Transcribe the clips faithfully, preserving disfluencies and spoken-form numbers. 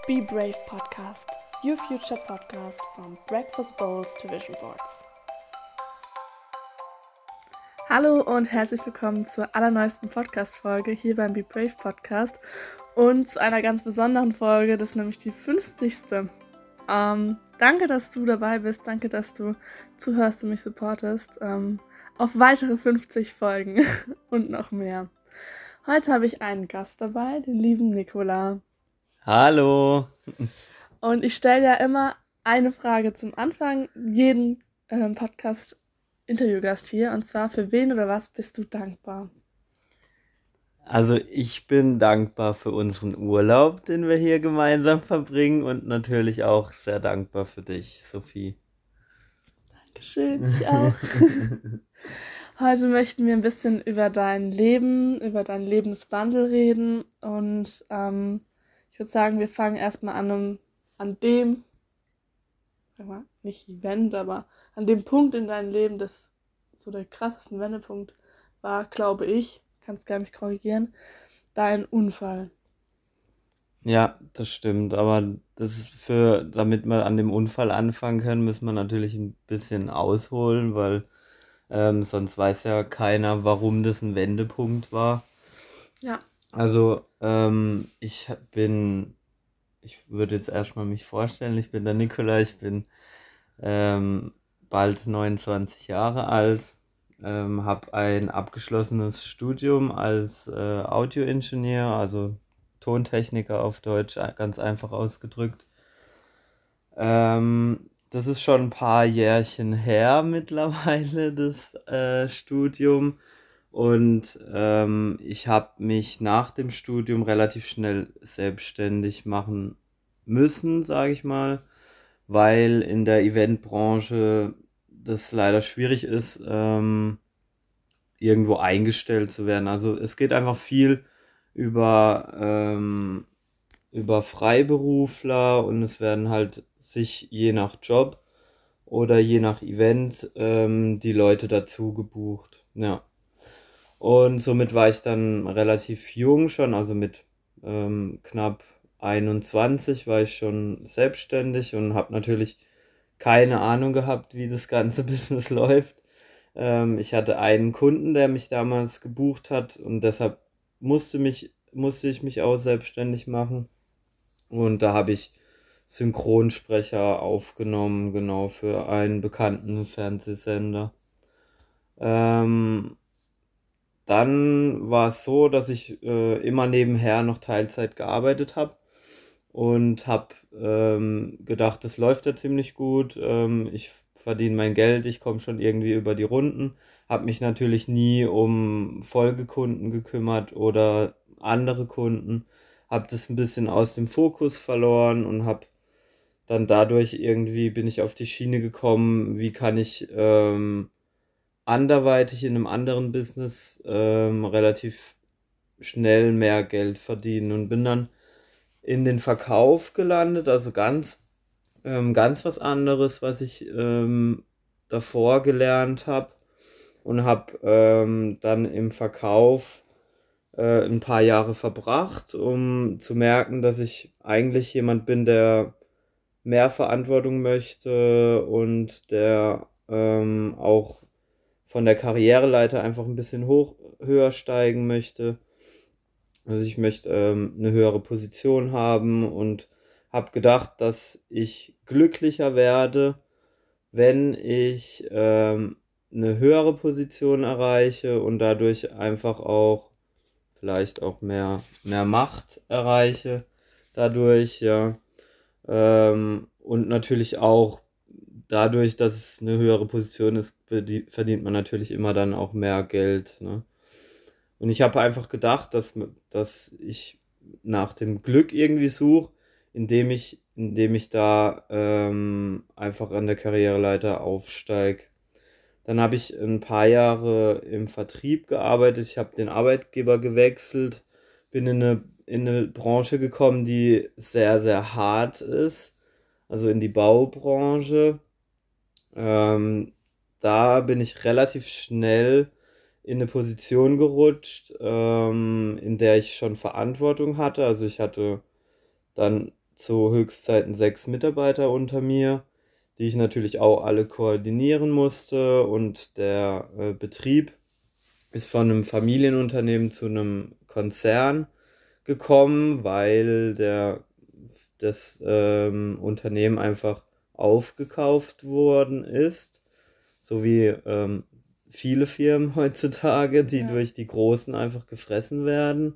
Be Brave Podcast, your future podcast from breakfast bowls to vision boards. Hallo und herzlich willkommen zur allerneuesten Podcast-Folge hier beim Be Brave Podcast und zu einer ganz besonderen Folge, das ist nämlich die fünfzigste. Ähm, danke, dass du dabei bist, danke, dass du zuhörst und mich supportest. Ähm, auf weitere fünfzig Folgen und noch mehr. Heute habe ich einen Gast dabei, den lieben Nikola. Hallo. Und ich stelle ja immer eine Frage zum Anfang jeden ähm, Podcast-Interviewgast hier. Und zwar, für wen oder was bist du dankbar? Also ich bin dankbar für unseren Urlaub, den wir hier gemeinsam verbringen und natürlich auch sehr dankbar für dich, Sophie. Dankeschön, ich auch. Heute möchten wir ein bisschen über dein Leben, über deinen Lebenswandel reden. Und ähm, ich würde sagen, wir fangen erstmal an, um, an dem, sag mal, nicht Event, aber an dem Punkt in deinem Leben, das so der krassesten Wendepunkt war, glaube ich, kannst gerne mich korrigieren, dein Unfall. Ja, das stimmt, aber das ist für, damit wir an dem Unfall anfangen können, müssen wir natürlich ein bisschen ausholen, weil ähm, sonst weiß ja keiner, warum das ein Wendepunkt war. Ja. Also ähm, ich bin, ich würde jetzt erstmal mich vorstellen, ich bin der Nikola, ich bin ähm, bald neunundzwanzig Jahre alt, ähm, habe ein abgeschlossenes Studium als äh, Audioingenieur, also Tontechniker auf Deutsch, äh, ganz einfach ausgedrückt. Ähm, das ist schon ein paar Jährchen her mittlerweile, das äh, Studium. Und ähm, ich habe mich nach dem Studium relativ schnell selbstständig machen müssen, sage ich mal, weil in der Eventbranche das leider schwierig ist, ähm, irgendwo eingestellt zu werden. Also es geht einfach viel über, ähm, über Freiberufler und es werden halt sich je nach Job oder je nach Event ähm, die Leute dazu gebucht. Ja. Und somit war ich dann relativ jung schon, also mit ähm, knapp einundzwanzig war ich schon selbstständig und habe natürlich keine Ahnung gehabt, wie das ganze Business läuft. Ähm, ich hatte einen Kunden, der mich damals gebucht hat und deshalb musste mich, musste ich mich auch selbstständig machen. Und da habe ich Synchronsprecher aufgenommen, genau, für einen bekannten Fernsehsender. Ähm, Dann war es so, dass ich äh, immer nebenher noch Teilzeit gearbeitet habe und habe ähm, gedacht, das läuft ja ziemlich gut. Ähm, ich verdiene mein Geld, ich komme schon irgendwie über die Runden. Habe mich natürlich nie um Folgekunden gekümmert oder andere Kunden. Habe das ein bisschen aus dem Fokus verloren und habe dann dadurch irgendwie bin ich auf die Schiene gekommen, wie kann ich ähm, anderweitig in einem anderen Business ähm, relativ schnell mehr Geld verdienen und bin dann in den Verkauf gelandet, also ganz, ähm, ganz was anderes, was ich ähm, davor gelernt habe und habe ähm, dann im Verkauf äh, ein paar Jahre verbracht, um zu merken, dass ich eigentlich jemand bin, der mehr Verantwortung möchte und der ähm, auch von der Karriereleiter einfach ein bisschen hoch, höher steigen möchte. Also ich möchte ähm, eine höhere Position haben und habe gedacht, dass ich glücklicher werde, wenn ich ähm, eine höhere Position erreiche und dadurch einfach auch vielleicht auch mehr, mehr Macht erreiche dadurch, ja. Ähm, und natürlich auch dadurch, dass es eine höhere Position ist, verdient man natürlich immer dann auch mehr Geld, ne? Und ich habe einfach gedacht, dass, dass ich nach dem Glück irgendwie suche, indem ich, indem ich da ähm, einfach an der Karriereleiter aufsteige. Dann habe ich ein paar Jahre im Vertrieb gearbeitet. Ich habe den Arbeitgeber gewechselt, bin in eine, in eine Branche gekommen, die sehr, sehr hart ist, also in die Baubranche. Ähm, Da bin ich relativ schnell in eine Position gerutscht, ähm, in der ich schon Verantwortung hatte. Also ich hatte dann zu Höchstzeiten sechs Mitarbeiter unter mir, die ich natürlich auch alle koordinieren musste. Und der äh, Betrieb ist von einem Familienunternehmen zu einem Konzern gekommen, weil der, das ähm, Unternehmen einfach aufgekauft worden ist, so wie ähm, viele Firmen heutzutage, die Ja. durch die Großen einfach gefressen werden.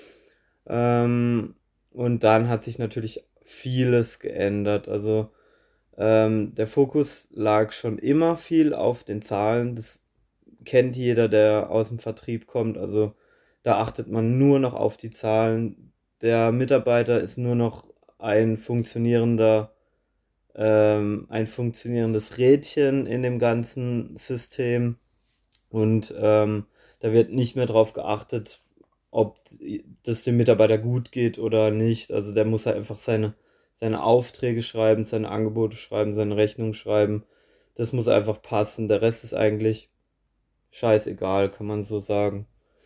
Ähm, und dann hat sich natürlich vieles geändert. Also ähm, der Fokus lag schon immer viel auf den Zahlen. Das kennt jeder, der aus dem Vertrieb kommt. Also da achtet man nur noch auf die Zahlen. Der Mitarbeiter ist nur noch ein funktionierender, ähm, ein funktionierendes Rädchen in dem ganzen System. Und ähm, da wird nicht mehr darauf geachtet, ob das dem Mitarbeiter gut geht oder nicht. Also der muss halt einfach seine, seine Aufträge schreiben, seine Angebote schreiben, seine Rechnung schreiben. Das muss einfach passen. Der Rest ist eigentlich scheißegal, kann man so sagen.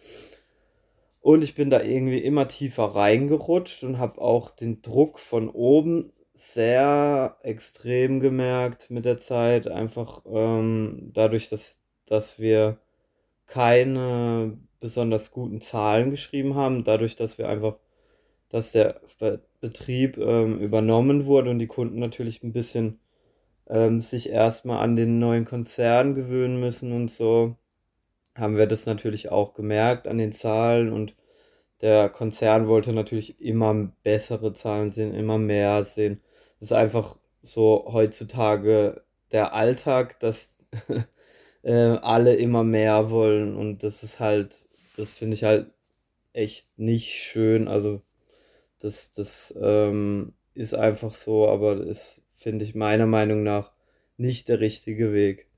Und ich bin da irgendwie immer tiefer reingerutscht und habe auch den Druck von oben sehr extrem gemerkt mit der Zeit. Einfach ähm, dadurch, dass, dass wir keine besonders guten Zahlen geschrieben haben, dadurch, dass wir einfach, dass der Be- Betrieb ähm, übernommen wurde und die Kunden natürlich ein bisschen ähm, sich erstmal an den neuen Konzern gewöhnen müssen und so, haben wir das natürlich auch gemerkt an den Zahlen und der Konzern wollte natürlich immer bessere Zahlen sehen, immer mehr sehen. Das ist einfach so heutzutage der Alltag, dass äh, alle immer mehr wollen und das ist halt, das finde ich halt echt nicht schön. Also das, das ähm, ist einfach so, aber das finde ich meiner Meinung nach nicht der richtige Weg.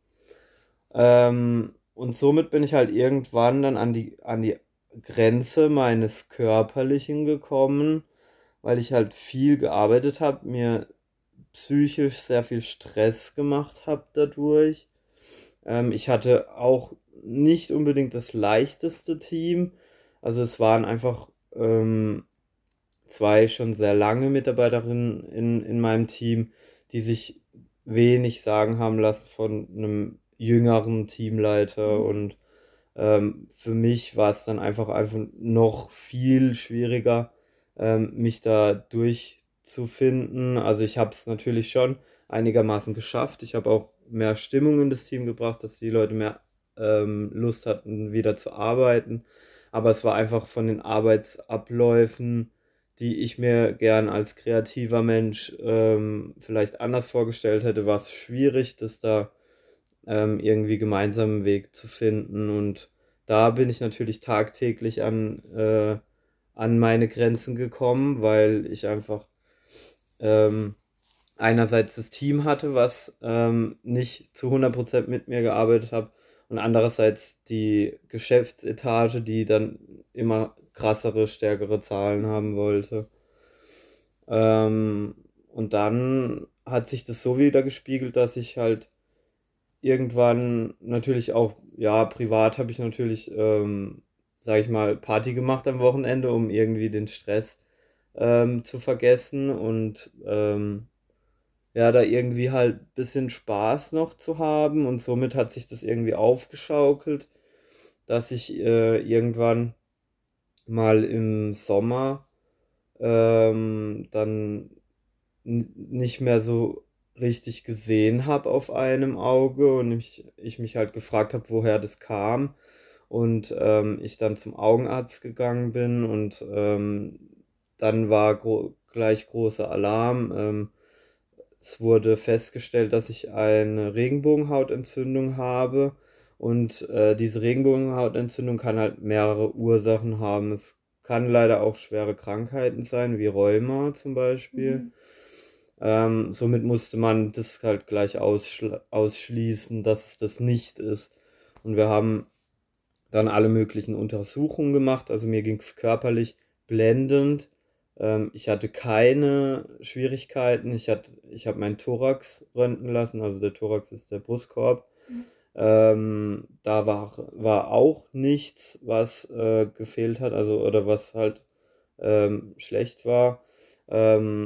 Ähm, und somit bin ich halt irgendwann dann an die, an die Grenze meines Körperlichen gekommen, weil ich halt viel gearbeitet habe, mir psychisch sehr viel Stress gemacht habe dadurch. Ähm, ich hatte auch nicht unbedingt das leichteste Team. Also es waren einfach ähm, zwei schon sehr lange Mitarbeiterinnen in, in meinem Team, die sich wenig sagen haben lassen von einem jüngeren Teamleiter. Mhm. Und ähm, für mich war es dann einfach, einfach noch viel schwieriger, ähm, mich da durchzufinden. Also ich habe es natürlich schon einigermaßen geschafft. Ich habe auch mehr Stimmung in das Team gebracht, dass die Leute mehr ähm, Lust hatten, wieder zu arbeiten. Aber es war einfach von den Arbeitsabläufen, die ich mir gern als kreativer Mensch ähm, vielleicht anders vorgestellt hätte, war es schwierig, das da ähm, irgendwie gemeinsam einen Weg zu finden. Und da bin ich natürlich tagtäglich an, äh, an meine Grenzen gekommen, weil ich einfach ähm, einerseits das Team hatte, was ähm, nicht zu hundert Prozent mit mir gearbeitet hat und andererseits die Geschäftsetage, die dann immer krassere, stärkere Zahlen haben wollte. Ähm, und dann hat sich das so wieder gespiegelt, dass ich halt irgendwann natürlich auch, ja, privat habe ich natürlich, ähm, sag ich mal, Party gemacht am Wochenende, um irgendwie den Stress ähm, zu vergessen und ähm, ja, da irgendwie halt ein bisschen Spaß noch zu haben und somit hat sich das irgendwie aufgeschaukelt, dass ich äh, irgendwann mal im Sommer ähm, dann n- nicht mehr so richtig gesehen habe auf einem Auge und ich, ich mich halt gefragt habe, woher das kam und ähm, ich dann zum Augenarzt gegangen bin und ähm, dann war gro gleich großer Alarm. Ähm, es wurde festgestellt, dass ich eine Regenbogenhautentzündung habe und äh, diese Regenbogenhautentzündung kann halt mehrere Ursachen haben. Es kann leider auch schwere Krankheiten sein, wie Rheuma zum Beispiel. Mhm. Ähm, somit musste man das halt gleich ausschl ausschließen, dass es das nicht ist. Und wir haben dann alle möglichen Untersuchungen gemacht. Also mir ging es körperlich blendend. Ähm, ich hatte keine Schwierigkeiten. Ich hatte, ich habe meinen Thorax röntgen lassen. Also der Thorax ist der Brustkorb. Mhm. Ähm, da war, war auch nichts, was äh, gefehlt hat, also oder was halt ähm, schlecht war. Ähm,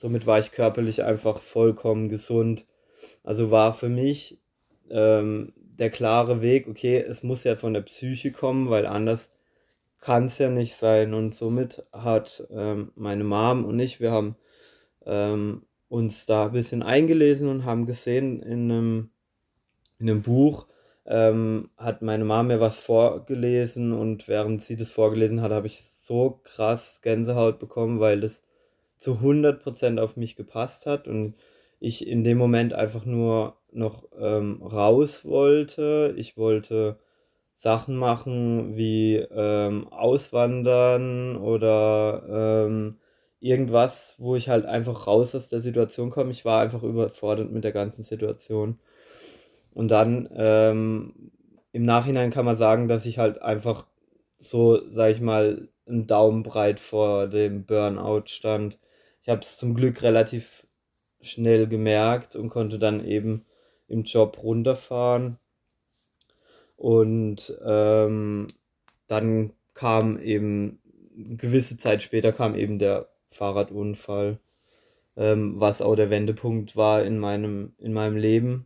somit war ich körperlich einfach vollkommen gesund. Also war für mich ähm, der klare Weg, okay, es muss ja von der Psyche kommen, weil anders kann es ja nicht sein. Und somit hat ähm, meine Mom und ich, wir haben ähm, uns da ein bisschen eingelesen und haben gesehen in einem, in einem Buch, ähm, hat meine Mom mir was vorgelesen und während sie das vorgelesen hat, habe ich so krass Gänsehaut bekommen, weil das zu hundert Prozent auf mich gepasst hat und ich in dem Moment einfach nur noch ähm, raus wollte. Ich wollte Sachen machen wie ähm, auswandern oder ähm, irgendwas, wo ich halt einfach raus aus der Situation komme. Ich war einfach überfordert mit der ganzen Situation. Und dann ähm, im Nachhinein kann man sagen, dass ich halt einfach so, sag ich mal, einen Daumen breit vor dem Burnout stand. Ich habe es zum Glück relativ schnell gemerkt und konnte dann eben im Job runterfahren. Und ähm, dann kam eben, eine gewisse Zeit später kam eben der Fahrradunfall, ähm, was auch der Wendepunkt war in meinem, in meinem Leben.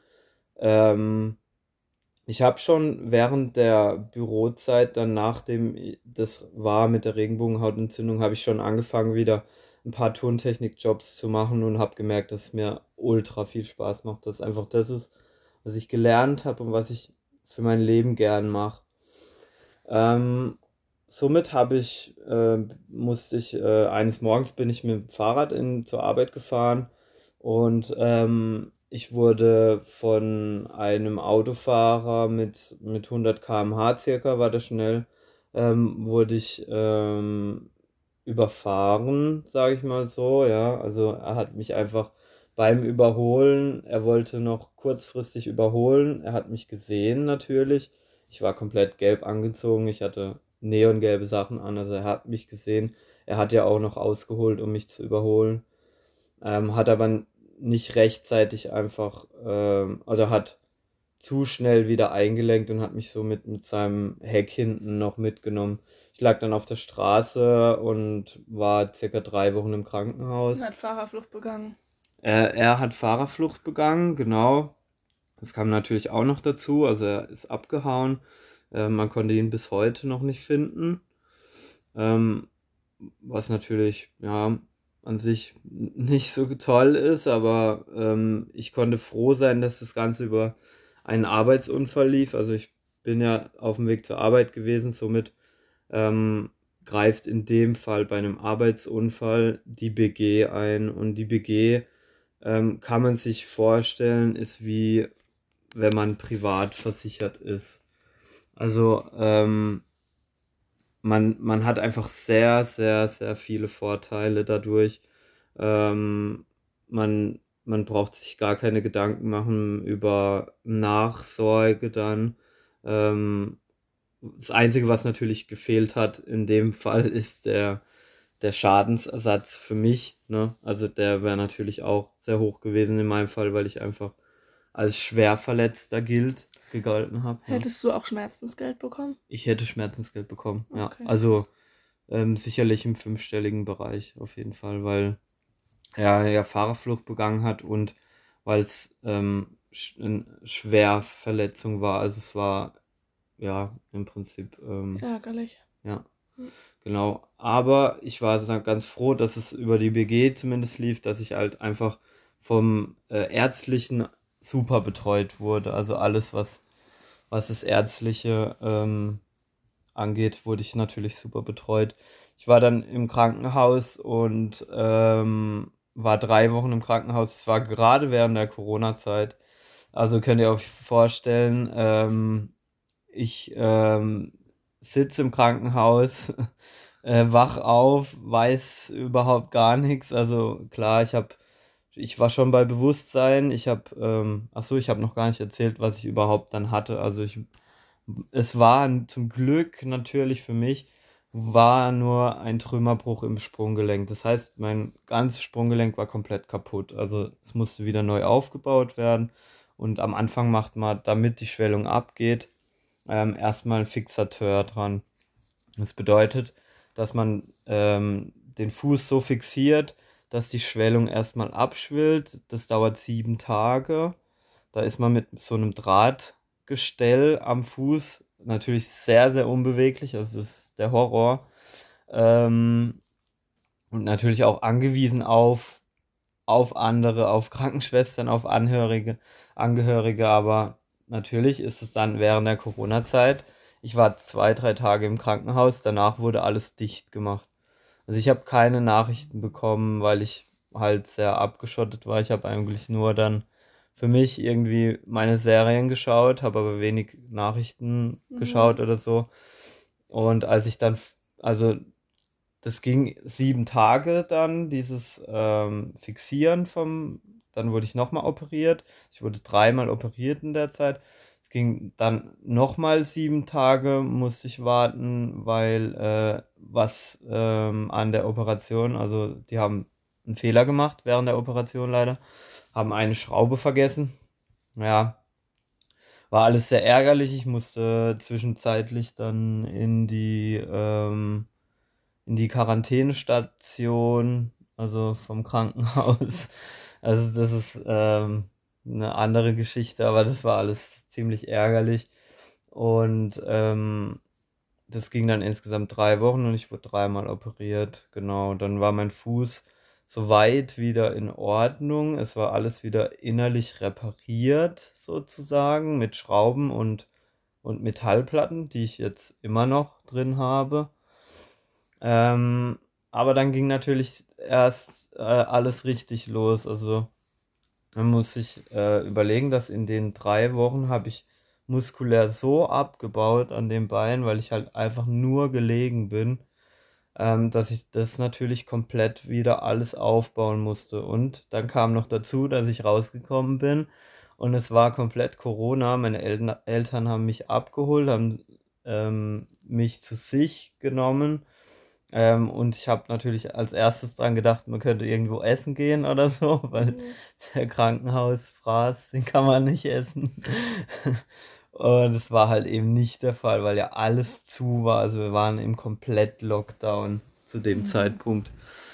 Ähm, Ich habe schon während der Bürozeit, dann nachdem i- das war mit der Regenbogenhautentzündung, habe ich schon angefangen, wieder ein paar Tontechnik-Jobs zu machen und habe gemerkt, dass es mir ultra viel Spaß macht. Dass einfach das ist, was ich gelernt habe und was ich für mein Leben gern mache. Ähm, Somit habe ich, äh, musste ich, äh, eines Morgens bin ich mit dem Fahrrad in, zur Arbeit gefahren und ähm, ich wurde von einem Autofahrer mit, mit hundert Kilometer pro Stunde circa, war das schnell, ähm, wurde ich ähm, überfahren, sage ich mal so, ja. Also er hat mich einfach beim Überholen, er wollte noch kurzfristig überholen, er hat mich gesehen natürlich. Ich war komplett gelb angezogen, ich hatte neongelbe Sachen an, also er hat mich gesehen. Er hat ja auch noch ausgeholt, um mich zu überholen. Ähm, hat aber nicht rechtzeitig einfach, ähm, oder hat zu schnell wieder eingelenkt und hat mich so mit, mit seinem Heck hinten noch mitgenommen. Ich lag dann auf der Straße und war circa drei Wochen im Und Krankenhaus. hat Fahrerflucht begangen. Er, er hat Fahrerflucht begangen, genau. Das kam natürlich auch noch dazu. Also er ist abgehauen. Äh, man konnte ihn bis heute noch nicht finden. Ähm, Was natürlich, ja, an sich nicht so toll ist, aber ähm, ich konnte froh sein, dass das Ganze über einen Arbeitsunfall lief. Also ich bin ja auf dem Weg zur Arbeit gewesen, somit ähm, greift in dem Fall bei einem Arbeitsunfall die B G ein. Und die B G ähm, kann man sich vorstellen, ist wie wenn man privat versichert ist. Also ähm, man, man hat einfach sehr, sehr, sehr viele Vorteile dadurch. Ähm, man, man braucht sich gar keine Gedanken machen über Nachsorge dann. Ähm, Das Einzige, was natürlich gefehlt hat in dem Fall, ist der, der Schadensersatz für mich. Ne? Also der wäre natürlich auch sehr hoch gewesen in meinem Fall, weil ich einfach als Schwerverletzter gilt, gegolten habe. Ne? Hättest du auch Schmerzensgeld bekommen? Ich hätte Schmerzensgeld bekommen, ja. Okay, Also krass. ähm, sicherlich im fünfstelligen Bereich auf jeden Fall, weil er ja Fahrerflucht begangen hat und weil es ähm, sch eine Schwerverletzung war. Also es war ja im Prinzip, ähm, Ärgerlich. ja, Hm. genau. Aber ich war so ganz froh, dass es über die B G zumindest lief, dass ich halt einfach vom äh, Ärztlichen super betreut wurde. Also alles, was, was das Ärztliche ähm, angeht, wurde ich natürlich super betreut. Ich war dann im Krankenhaus und ähm, war drei Wochen im Krankenhaus. Es war gerade während der Corona-Zeit. Also könnt ihr euch vorstellen, ähm, ich ähm, sitze im Krankenhaus, äh, wach auf, weiß überhaupt gar nichts. Also klar, ich habe, ich war schon bei Bewusstsein. Ich habe, ähm, ach so, ich habe noch gar nicht erzählt, was ich überhaupt dann hatte. Also ich es war zum Glück natürlich für mich, war nur ein Trümmerbruch im Sprunggelenk. Das heißt, mein ganzes Sprunggelenk war komplett kaputt. Also es musste wieder neu aufgebaut werden. Und am Anfang macht man, damit die Schwellung abgeht, ähm, erstmal einen Fixateur dran. Das bedeutet, dass man ähm, den Fuß so fixiert, dass die Schwellung erstmal abschwillt. Das dauert sieben Tage. Da ist man mit so einem Drahtgestell am Fuß natürlich sehr, sehr unbeweglich. Also das ist der Horror. Ähm, und natürlich auch angewiesen auf, auf andere, auf Krankenschwestern, auf Anhörige, Angehörige. Aber natürlich ist es dann während der Corona-Zeit. Ich war zwei, drei Tage im Krankenhaus. Danach wurde alles dicht gemacht. Also ich habe keine Nachrichten bekommen, weil ich halt sehr abgeschottet war. Ich habe eigentlich nur dann für mich irgendwie meine Serien geschaut, habe aber wenig Nachrichten Mhm. geschaut oder so. Und als ich dann, f- also das ging sieben Tage dann, dieses ähm, Fixieren vom, dann wurde ich nochmal operiert. Ich wurde dreimal operiert in der Zeit. Es ging dann nochmal sieben Tage, musste ich warten, weil äh, was ähm, an der Operation, also die haben einen Fehler gemacht während der Operation leider, haben eine Schraube vergessen. Ja, war alles sehr ärgerlich. Ich musste zwischenzeitlich dann in die ähm, in die Quarantänestation, also vom Krankenhaus. Also das ist ähm, eine andere Geschichte, aber das war alles ziemlich ärgerlich. Und ähm, das ging dann insgesamt drei Wochen und ich wurde dreimal operiert. Genau, dann war mein Fuß soweit wieder in Ordnung. Es war alles wieder innerlich repariert, sozusagen, mit Schrauben und, und Metallplatten, die ich jetzt immer noch drin habe. Ähm, aber dann ging natürlich erst äh, alles richtig los. Also man muss sich äh, überlegen, dass in den drei Wochen habe ich muskulär so abgebaut an dem Bein, weil ich halt einfach nur gelegen bin, ähm, dass ich das natürlich komplett wieder alles aufbauen musste. Und dann kam noch dazu, dass ich rausgekommen bin und es war komplett Corona. Meine Eltern, Eltern haben mich abgeholt, haben ähm, mich zu sich genommen. Ähm, und ich habe natürlich als erstes dran gedacht, man könnte irgendwo essen gehen oder so, weil Mhm. der Krankenhausfraß, den kann man nicht essen. Und es war halt eben nicht der Fall, weil ja alles zu war. Also wir waren im Komplett-Lockdown zu dem Mhm. Zeitpunkt.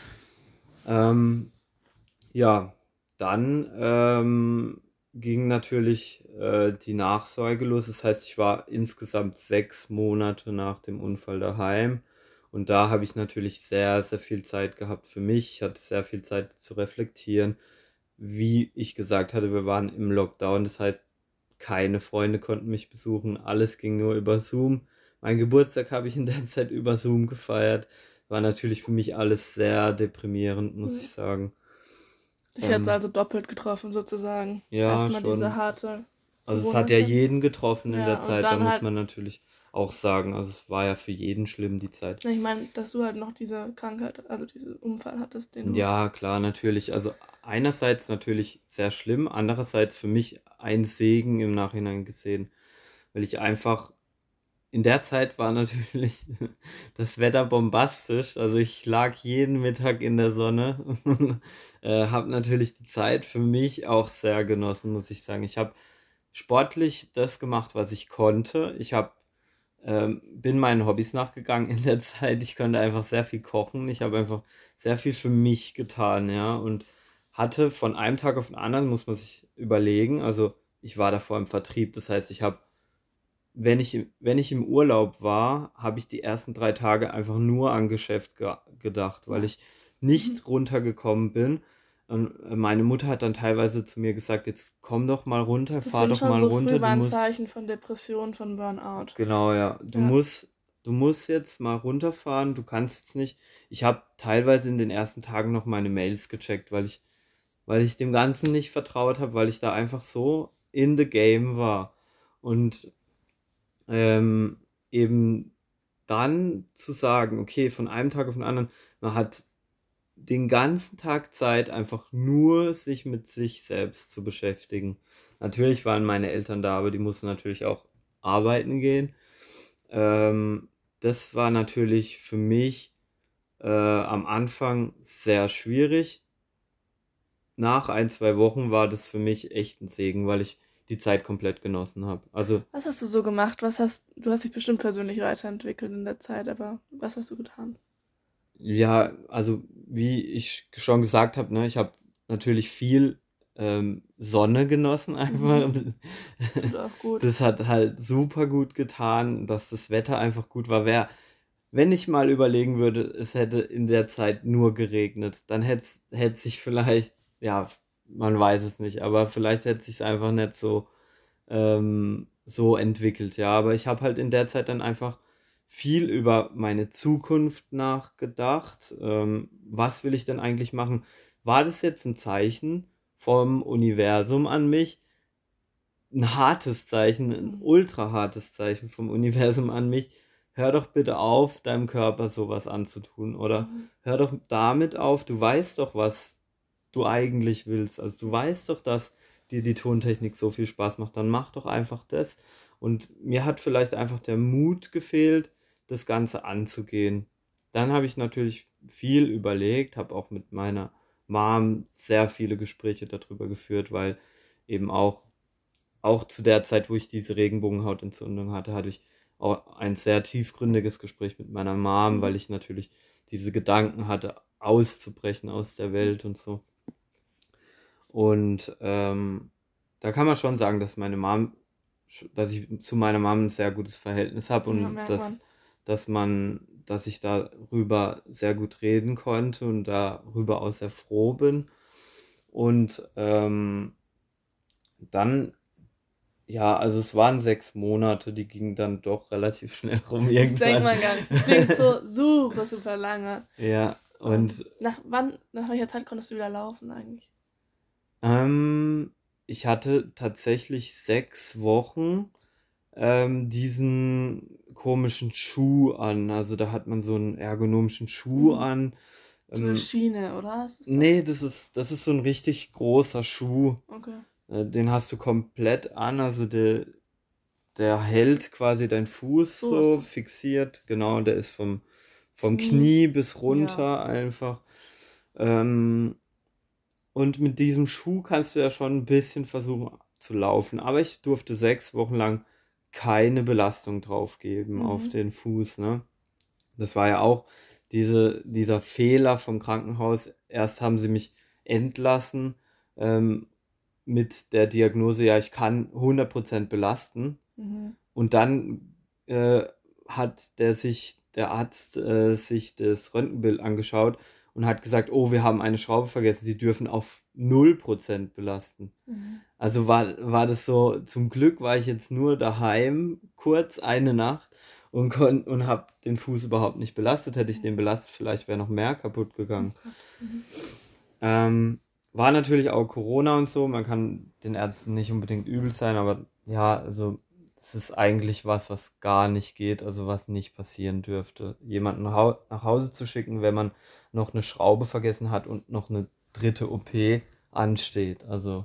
Ähm, ja, dann ähm, ging natürlich äh, die Nachsorge los. Das heißt, ich war insgesamt sechs Monate nach dem Unfall daheim. Und da habe ich natürlich sehr, sehr viel Zeit gehabt für mich. Ich hatte sehr viel Zeit zu reflektieren. Wie ich gesagt hatte, wir waren im Lockdown. Das heißt, keine Freunde konnten mich besuchen. Alles ging nur über Zoom. Mein Geburtstag habe ich in der Zeit über Zoom gefeiert. War natürlich für mich alles sehr deprimierend, muss ich Mhm. sagen. Dich jetzt Ähm, also doppelt getroffen sozusagen. ja, Erstmal diese schon. harte Also es hat ja Corona-Zeit. jeden getroffen in der Ja, und Zeit, da dann muss halt, man natürlich auch sagen. Also es war ja für jeden schlimm, die Zeit. ich meine, dass du halt noch diese Krankheit, also diesen Unfall hattest, den du. Ja, klar, natürlich. Also einerseits natürlich sehr schlimm, andererseits für mich ein Segen im Nachhinein gesehen, weil ich einfach in der Zeit war natürlich das Wetter bombastisch. Also ich lag jeden Mittag in der Sonne und äh, habe natürlich die Zeit für mich auch sehr genossen, muss ich sagen. Ich habe sportlich das gemacht, was ich konnte. Ich habe ähm, bin meinen Hobbys nachgegangen in der Zeit. Ich konnte einfach sehr viel kochen. Ich habe einfach sehr viel für mich getan, ja. Und hatte von einem Tag auf den anderen, muss man sich überlegen, also ich war davor im Vertrieb, das heißt, ich habe, wenn ich, wenn ich im Urlaub war, habe ich die ersten drei Tage einfach nur an Geschäft ge gedacht, weil Ja. ich Mhm. nicht runtergekommen bin. Und äh, meine Mutter hat dann teilweise zu mir gesagt, jetzt komm doch mal runter, Das fahr sind doch schon mal so runter, du musst. Frühwarnzeichen von Depression, von Burnout. Genau, ja. Du Ja. musst, du musst jetzt mal runterfahren. Du kannst jetzt nicht. Ich habe teilweise in den ersten Tagen noch meine Mails gecheckt, weil ich, weil ich dem Ganzen nicht vertraut habe, weil ich da einfach so in the game war. Und ähm, eben dann zu sagen, okay, von einem Tag auf den anderen, man hat den ganzen Tag Zeit, einfach nur sich mit sich selbst zu beschäftigen. Natürlich waren meine Eltern da, aber die mussten natürlich auch arbeiten gehen. Ähm, Das war natürlich für mich äh, am Anfang sehr schwierig. Nach ein, zwei Wochen war das für mich echt ein Segen, weil ich die Zeit komplett genossen habe. Also Was hast du so gemacht? Was hast du hast dich bestimmt persönlich weiterentwickelt in der Zeit, aber was hast du getan? Ja, also wie ich schon gesagt habe, ne, ich habe natürlich viel ähm, Sonne genossen einfach. Mhm. Und Tut auch gut. das hat halt super gut getan, dass das Wetter einfach gut war. Wär, wenn ich mal überlegen würde, es hätte in der Zeit nur geregnet, dann hätte es sich vielleicht, ja, man weiß es nicht, aber vielleicht hätte es sich einfach nicht so ähm, so entwickelt, ja. Aber ich habe halt in der Zeit dann einfach viel über meine Zukunft nachgedacht. Ähm, was will ich denn eigentlich machen? War das jetzt ein Zeichen vom Universum an mich? Ein hartes Zeichen, ein Mhm. ultra hartes Zeichen vom Universum an mich? Hör doch bitte auf, deinem Körper sowas anzutun. Oder Mhm. hör doch damit auf, du weißt doch, was du eigentlich willst. Also du weißt doch, dass dir die Tontechnik so viel Spaß macht, dann mach doch einfach das. Und mir hat vielleicht einfach der Mut gefehlt, das Ganze anzugehen. Dann habe ich natürlich viel überlegt, habe auch mit meiner Mom sehr viele Gespräche darüber geführt, weil eben auch, auch zu der Zeit, wo ich diese Regenbogenhautentzündung hatte, hatte ich auch ein sehr tiefgründiges Gespräch mit meiner Mom, Mhm. weil ich natürlich diese Gedanken hatte, auszubrechen aus der Mhm. Welt und so. Und ähm, da kann man schon sagen, dass meine Mom, dass ich zu meiner Mom ein sehr gutes Verhältnis habe Ja, und merkt dass, man. dass man, dass ich darüber sehr gut reden konnte und darüber auch sehr froh bin. Und ähm, dann, ja, also es waren sechs Monate, die gingen dann doch relativ schnell rum Das denkt irgendwann. man gar nicht. Das klingt so super, super lange. Ja, Ähm, und nach wann, nach welcher Zeit konntest du wieder laufen eigentlich? ähm, ich hatte tatsächlich sechs Wochen ähm, diesen komischen Schuh an. Also da hat man so einen ergonomischen Schuh Mhm. an. So eine Ähm, Schiene, oder? Was ist nee, das? das ist, das ist so ein richtig großer Schuh. Okay. Äh, den hast du komplett an. Also der, der hält quasi deinen Fuß So ist so das. fixiert. Genau, der ist vom, vom Knie. Knie bis Ja. runter einfach. Ähm, und mit diesem Schuh kannst du ja schon ein bisschen versuchen zu laufen. Aber ich durfte sechs Wochen lang keine Belastung drauf geben auf Mhm. den Fuß, ne? Das war ja auch diese, dieser Fehler vom Krankenhaus. Erst haben sie mich entlassen ähm, mit der Diagnose, ja, ich kann hundert Prozent belasten. Mhm. Und dann äh, hat der sich, der Arzt äh, sich das Röntgenbild angeschaut und hat gesagt, oh, wir haben eine Schraube vergessen, Sie dürfen auf null Prozent belasten. Mhm. Also war, war das so, zum Glück war ich jetzt nur daheim, kurz eine Nacht und, kon, und habe den Fuß überhaupt nicht belastet. Hätte ich den belastet, vielleicht wäre noch mehr kaputt Oh gegangen. Gott. Mhm. Ähm, war natürlich auch Corona und so, man kann den Ärzten nicht unbedingt übel sein, aber ja, also es ist eigentlich was, was gar nicht geht, also was nicht passieren dürfte. Jemanden nach Hau- nach Hause zu schicken, wenn man noch eine Schraube vergessen hat und noch eine dritte O P ansteht. Also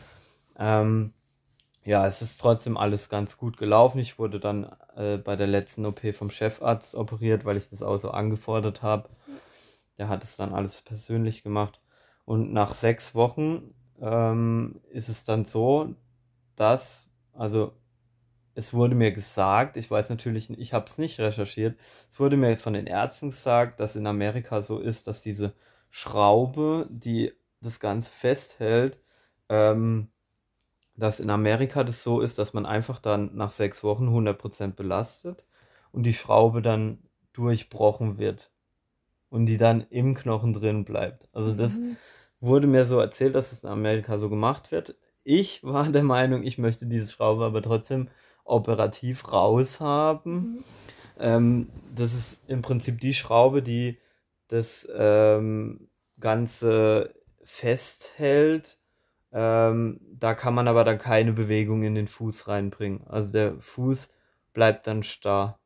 ähm, ja, es ist trotzdem alles ganz gut gelaufen. Ich wurde dann äh, bei der letzten O P vom Chefarzt operiert, weil ich das auch so angefordert habe. Der hat es dann alles persönlich gemacht. Und nach sechs Wochen ähm, ist es dann so, dass, also es wurde mir gesagt, ich weiß natürlich, ich habe es nicht recherchiert, es wurde mir von den Ärzten gesagt, dass in Amerika so ist, dass diese Schraube, die das Ganze festhält, ähm, dass in Amerika das so ist, dass man einfach dann nach sechs Wochen hundert Prozent belastet und die Schraube dann durchbrochen wird und die dann im Knochen drin bleibt. Also das Mhm. wurde mir so erzählt, dass es in Amerika so gemacht wird. Ich war der Meinung, ich möchte diese Schraube aber trotzdem operativ raushaben. Mhm. Ähm, das ist im Prinzip die Schraube, die das ähm, Ganze festhält. Ähm, da kann man aber dann keine Bewegung in den Fuß reinbringen. Also der Fuß bleibt dann starr.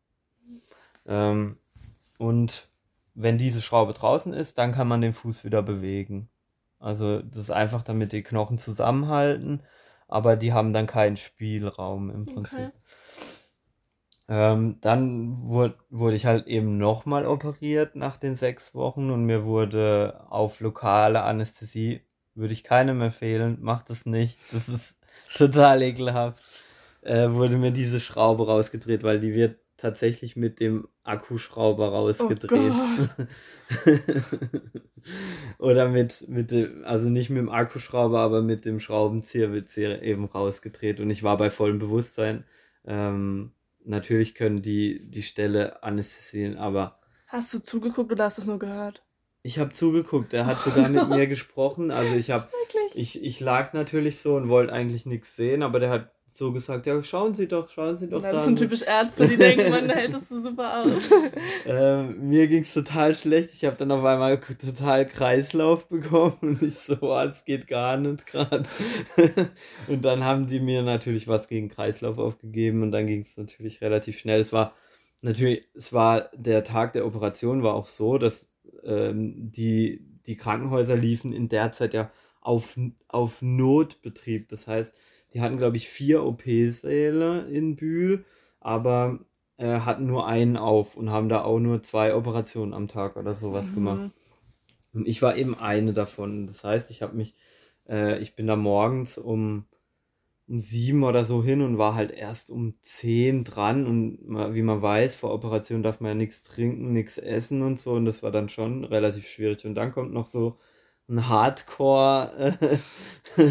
Ähm, und wenn diese Schraube draußen ist, dann kann man den Fuß wieder bewegen. Also das ist einfach, damit die Knochen zusammenhalten, aber die haben dann keinen Spielraum im Okay. Prinzip. Ähm, dann wurde, wurde ich halt eben nochmal operiert nach den sechs Wochen und mir wurde auf lokale Anästhesie, würde ich keinem empfehlen, macht das nicht, das ist total ekelhaft, äh, wurde mir diese Schraube rausgedreht, weil die wird tatsächlich mit dem Akkuschrauber Oh rausgedreht. Gott. Oder mit, mit dem, also nicht mit dem Akkuschrauber, aber mit dem Schraubenzieher wird sie eben rausgedreht. Und ich war bei vollem Bewusstsein. Ähm, natürlich können die die Stelle anästhesieren, aber Hast du zugeguckt oder hast du es nur gehört? ich habe zugeguckt. Er hat Oh sogar mit mir no, gesprochen. Also ich habe, wirklich. ich, ich lag natürlich so und wollte eigentlich nichts sehen, aber der hat so gesagt, ja, schauen Sie doch, schauen Sie doch Na, das da. sind So. typisch Ärzte, die denken, man hält es so super aus. Ähm, mir ging es total schlecht. Ich habe dann auf einmal k- total Kreislauf bekommen und ich so, oh, das geht gar nicht gerade. Und dann haben die mir natürlich was gegen Kreislauf aufgegeben und dann ging es natürlich relativ schnell. Es war natürlich, es war der Tag der Operation war auch so, dass ähm, die, die Krankenhäuser liefen in der Zeit ja auf, auf Notbetrieb. Das heißt, die hatten, glaube ich, vier O P-Säle in Bühl, aber äh, hatten nur einen auf und haben da auch nur zwei Operationen am Tag oder sowas gemacht. Mhm. Und ich war eben eine davon. Das heißt, ich habe mich, äh, ich bin da morgens um, um sieben oder so hin und war halt erst um zehn dran. Und ma- wie man weiß, vor Operation darf man ja nichts trinken, nichts essen und so. Und das war dann schon relativ schwierig. Und dann kommt noch so ein Hardcore, äh,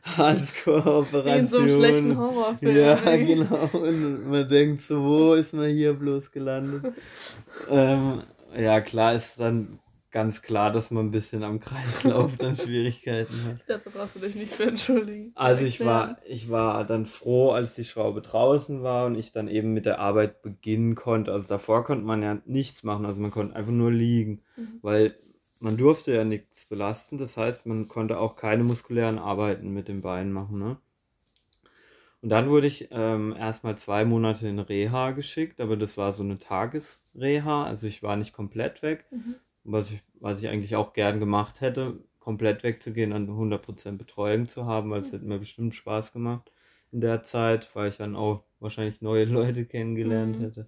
Wie in so einem schlechten Hardcore-Operation. Horrorfilm. Ja, irgendwie. genau. Und man denkt so, wo ist man hier bloß gelandet? Ähm, ja, klar ist dann ganz klar, dass man ein bisschen am Kreislauf dann Schwierigkeiten hat. Dafür brauchst du dich nicht für entschuldigen. Oder Also ich erklären. war, ich war dann froh, als die Schraube draußen war und ich dann eben mit der Arbeit beginnen konnte. Also davor konnte man ja nichts machen, also man konnte einfach nur liegen, Mhm. weil man durfte ja nichts belasten. Das heißt, man konnte auch keine muskulären Arbeiten mit den Beinen machen, ne? Und dann wurde ich ähm, erstmal zwei Monate in Reha geschickt, aber das war so eine Tagesreha, also ich war nicht komplett weg, Mhm. was ich, was ich eigentlich auch gern gemacht hätte, komplett wegzugehen, und hundert Prozent Betreuung zu haben, weil es hätte mir bestimmt Spaß gemacht in der Zeit, weil ich dann auch wahrscheinlich neue Leute kennengelernt Mhm. hätte.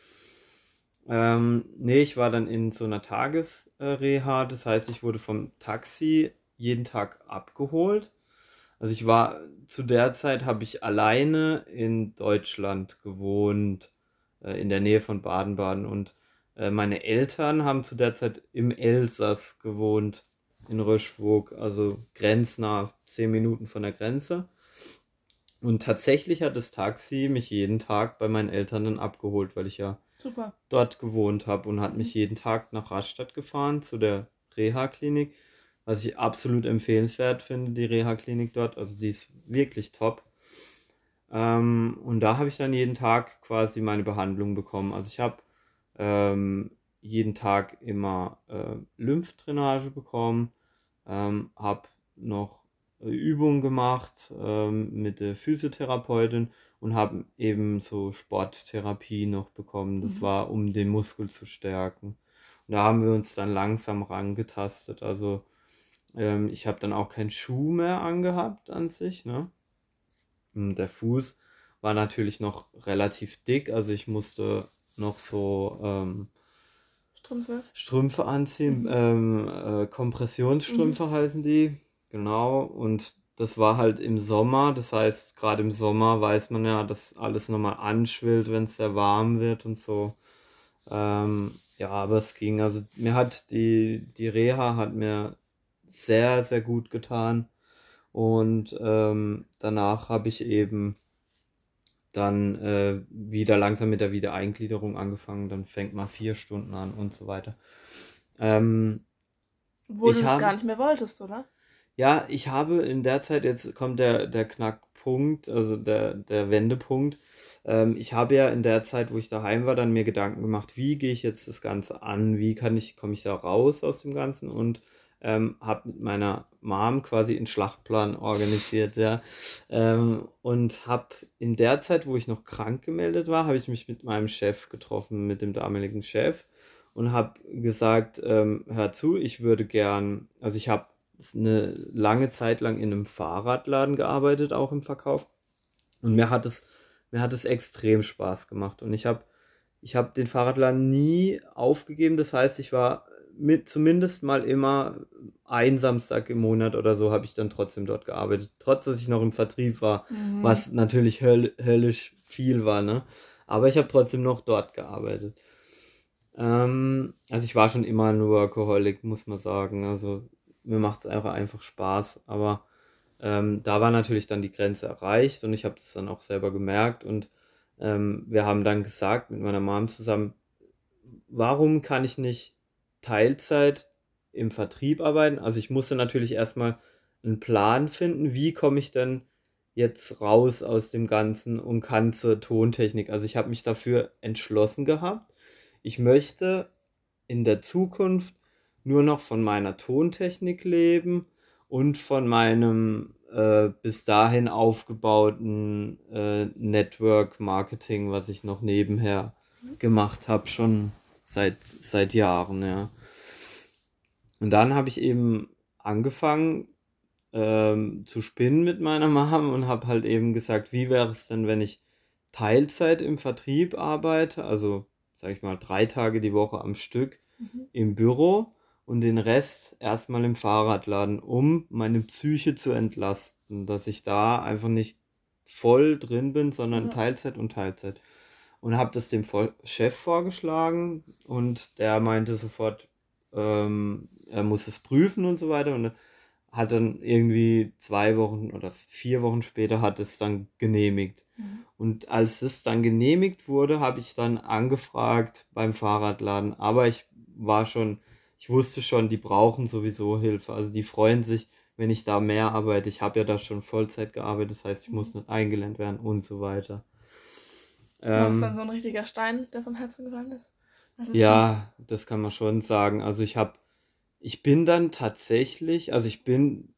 Ähm, nee, ich war dann in so einer Tagesreha, das heißt, ich wurde vom Taxi jeden Tag abgeholt. Also ich war, zu der Zeit habe ich alleine in Deutschland gewohnt, äh, in der Nähe von Baden-Baden. Und äh, meine Eltern haben zu der Zeit im Elsass gewohnt, in Röschwog, also grenznah, zehn Minuten von der Grenze. Und tatsächlich hat das Taxi mich jeden Tag bei meinen Eltern dann abgeholt, weil ich ja Super. dort gewohnt habe und hat Mhm. mich jeden Tag nach Rastatt gefahren zu der Reha-Klinik, was ich absolut empfehlenswert finde, die Reha-Klinik dort. Also die ist wirklich top. Ähm, und da habe ich dann jeden Tag quasi meine Behandlung bekommen. Also ich habe ähm, jeden Tag immer äh, Lymphdrainage bekommen, ähm, habe noch äh, Übungen gemacht ähm, mit der Physiotherapeutin und habe eben so Sporttherapie noch bekommen. Das Mhm. war, um den Muskel zu stärken. Und da haben wir uns dann langsam rangetastet. Also ähm, ich habe dann auch keinen Schuh mehr angehabt an sich, ne? Und der Fuß war natürlich noch relativ dick, also ich musste noch so ähm, Strümpfe. Strümpfe anziehen, Mhm. ähm, äh, Mhm. Kompressionsstrümpfe heißen die, genau. Und das war halt im Sommer, das heißt, gerade im Sommer weiß man ja, dass alles nochmal anschwillt, wenn es sehr warm wird und so. Ähm, ja, aber es ging. Also mir hat die, die Reha hat mir sehr, sehr gut getan. Und ähm, danach habe ich eben dann äh, wieder langsam mit der Wiedereingliederung angefangen. Dann fängt man vier Stunden an und so weiter. Ähm, Wo du ich das gar habe, nicht mehr wolltest, oder? ja, ich habe in der Zeit, jetzt kommt der, der Knackpunkt, also der, der Wendepunkt. Ähm, ich habe ja in der Zeit, wo ich daheim war, dann mir Gedanken gemacht, wie gehe ich jetzt das Ganze an, wie kann ich, komme ich da raus aus dem Ganzen, und ähm, habe mit meiner Mom quasi einen Schlachtplan organisiert, ja. Ähm, und habe in der Zeit, wo ich noch krank gemeldet war, habe ich mich mit meinem Chef getroffen, mit dem damaligen Chef, und habe gesagt, ähm, hör zu, ich würde gern, also ich habe eine lange Zeit lang in einem Fahrradladen gearbeitet, auch im Verkauf. Und mir hat es, mir hat es extrem Spaß gemacht. Und ich habe ich hab den Fahrradladen nie aufgegeben. Das heißt, ich war mit zumindest mal immer ein Samstag im Monat oder so, habe ich dann trotzdem dort gearbeitet. Trotz, dass ich noch im Vertrieb war, Mhm. was natürlich höll, höllisch viel war, ne? Aber ich habe trotzdem noch dort gearbeitet. Ähm, also ich war schon immer ein Workaholic, muss man sagen. Also mir macht es einfach, einfach Spaß. Aber ähm, da war natürlich dann die Grenze erreicht und ich habe das dann auch selber gemerkt. Und ähm, wir haben dann gesagt mit meiner Mom zusammen, warum kann ich nicht Teilzeit im Vertrieb arbeiten? Also ich musste natürlich erstmal einen Plan finden, wie komme ich denn jetzt raus aus dem Ganzen und kann zur Tontechnik. Also ich habe mich dafür entschlossen gehabt. Ich möchte in der Zukunft nur noch von meiner Tontechnik leben und von meinem äh, bis dahin aufgebauten äh, Network Marketing, was ich noch nebenher gemacht habe, schon seit, seit Jahren, ja. Und dann habe ich eben angefangen ähm, zu spinnen mit meiner Mom und habe halt eben gesagt, wie wäre es denn, wenn ich Teilzeit im Vertrieb arbeite, also sage ich mal drei Tage die Woche am Stück Mhm. im Büro und den Rest erstmal im Fahrradladen, um meine Psyche zu entlasten, dass ich da einfach nicht voll drin bin, sondern Ja. Teilzeit und Teilzeit. Und habe das dem Vo- Chef vorgeschlagen und der meinte sofort, ähm, er muss es prüfen und so weiter und hat dann irgendwie zwei Wochen oder vier Wochen später hat es dann genehmigt. Mhm. Und als es dann genehmigt wurde, habe ich dann angefragt beim Fahrradladen, aber ich war schon, ich wusste schon, die brauchen sowieso Hilfe. Also die freuen sich, wenn ich da mehr arbeite. Ich habe ja da schon Vollzeit gearbeitet, das heißt, ich muss nicht eingelernt werden und so weiter. War das dann Ähm, so ein richtiger Stein, der vom Herzen gefallen ist? Also es hieß, ja, das kann man schon sagen. Also ich habe, ich bin dann tatsächlich, also ich bin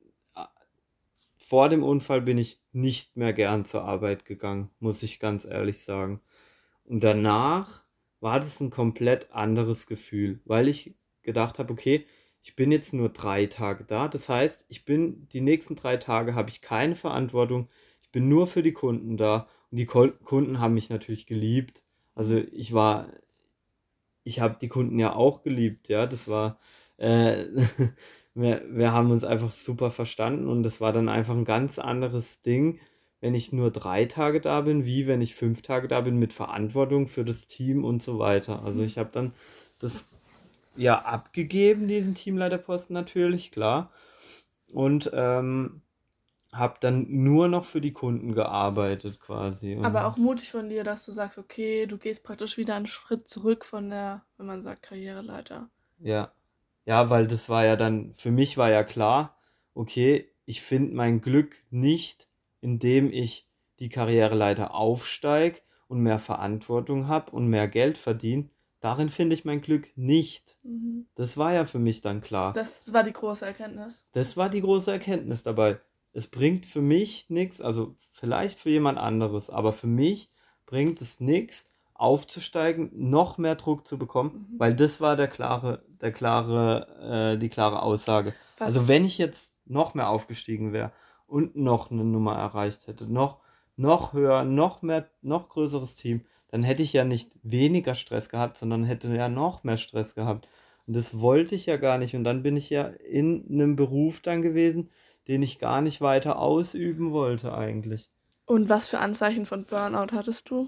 vor dem Unfall bin ich nicht mehr gern zur Arbeit gegangen, muss ich ganz ehrlich sagen. Und danach war das ein komplett anderes Gefühl, weil ich gedacht habe, okay, ich bin jetzt nur drei Tage da. Das heißt, ich bin die nächsten drei Tage habe ich keine Verantwortung. Ich bin nur für die Kunden da. Und die Ko- Kunden haben mich natürlich geliebt. Also ich war, ich habe die Kunden ja auch geliebt, ja. Das war, äh, wir, wir haben uns einfach super verstanden und das war dann einfach ein ganz anderes Ding, wenn ich nur drei Tage da bin, wie wenn ich fünf Tage da bin mit Verantwortung für das Team und so weiter. Also mhm. ich habe dann das ja abgegeben, diesen Teamleiterposten natürlich, klar. Und ähm, habe dann nur noch für die Kunden gearbeitet quasi. Aber auch Und mutig von dir, dass du sagst, okay, du gehst praktisch wieder einen Schritt zurück von der, wenn man sagt, Karriereleiter. ja, ja, weil das war ja dann, für mich war ja klar, okay, ich finde mein Glück nicht, indem ich die Karriereleiter aufsteige und mehr Verantwortung habe und mehr Geld verdiene. Darin finde ich mein Glück nicht. Mhm. Das war ja für mich dann klar. Das war die große Erkenntnis. Das war die große Erkenntnis dabei. Es bringt für mich nichts, also vielleicht für jemand anderes, aber für mich bringt es nichts, aufzusteigen, noch mehr Druck zu bekommen, Mhm. weil das war der klare, der klare, äh, die klare Aussage. Also Was, wenn ich jetzt noch mehr aufgestiegen wäre und noch eine Nummer erreicht hätte, noch, noch höher, noch mehr, noch größeres Team, dann hätte ich ja nicht weniger Stress gehabt, sondern hätte ja noch mehr Stress gehabt. Und das wollte ich ja gar nicht. Und dann bin ich ja in einem Beruf dann gewesen, den ich gar nicht weiter ausüben wollte eigentlich. und was für Anzeichen von Burnout hattest du?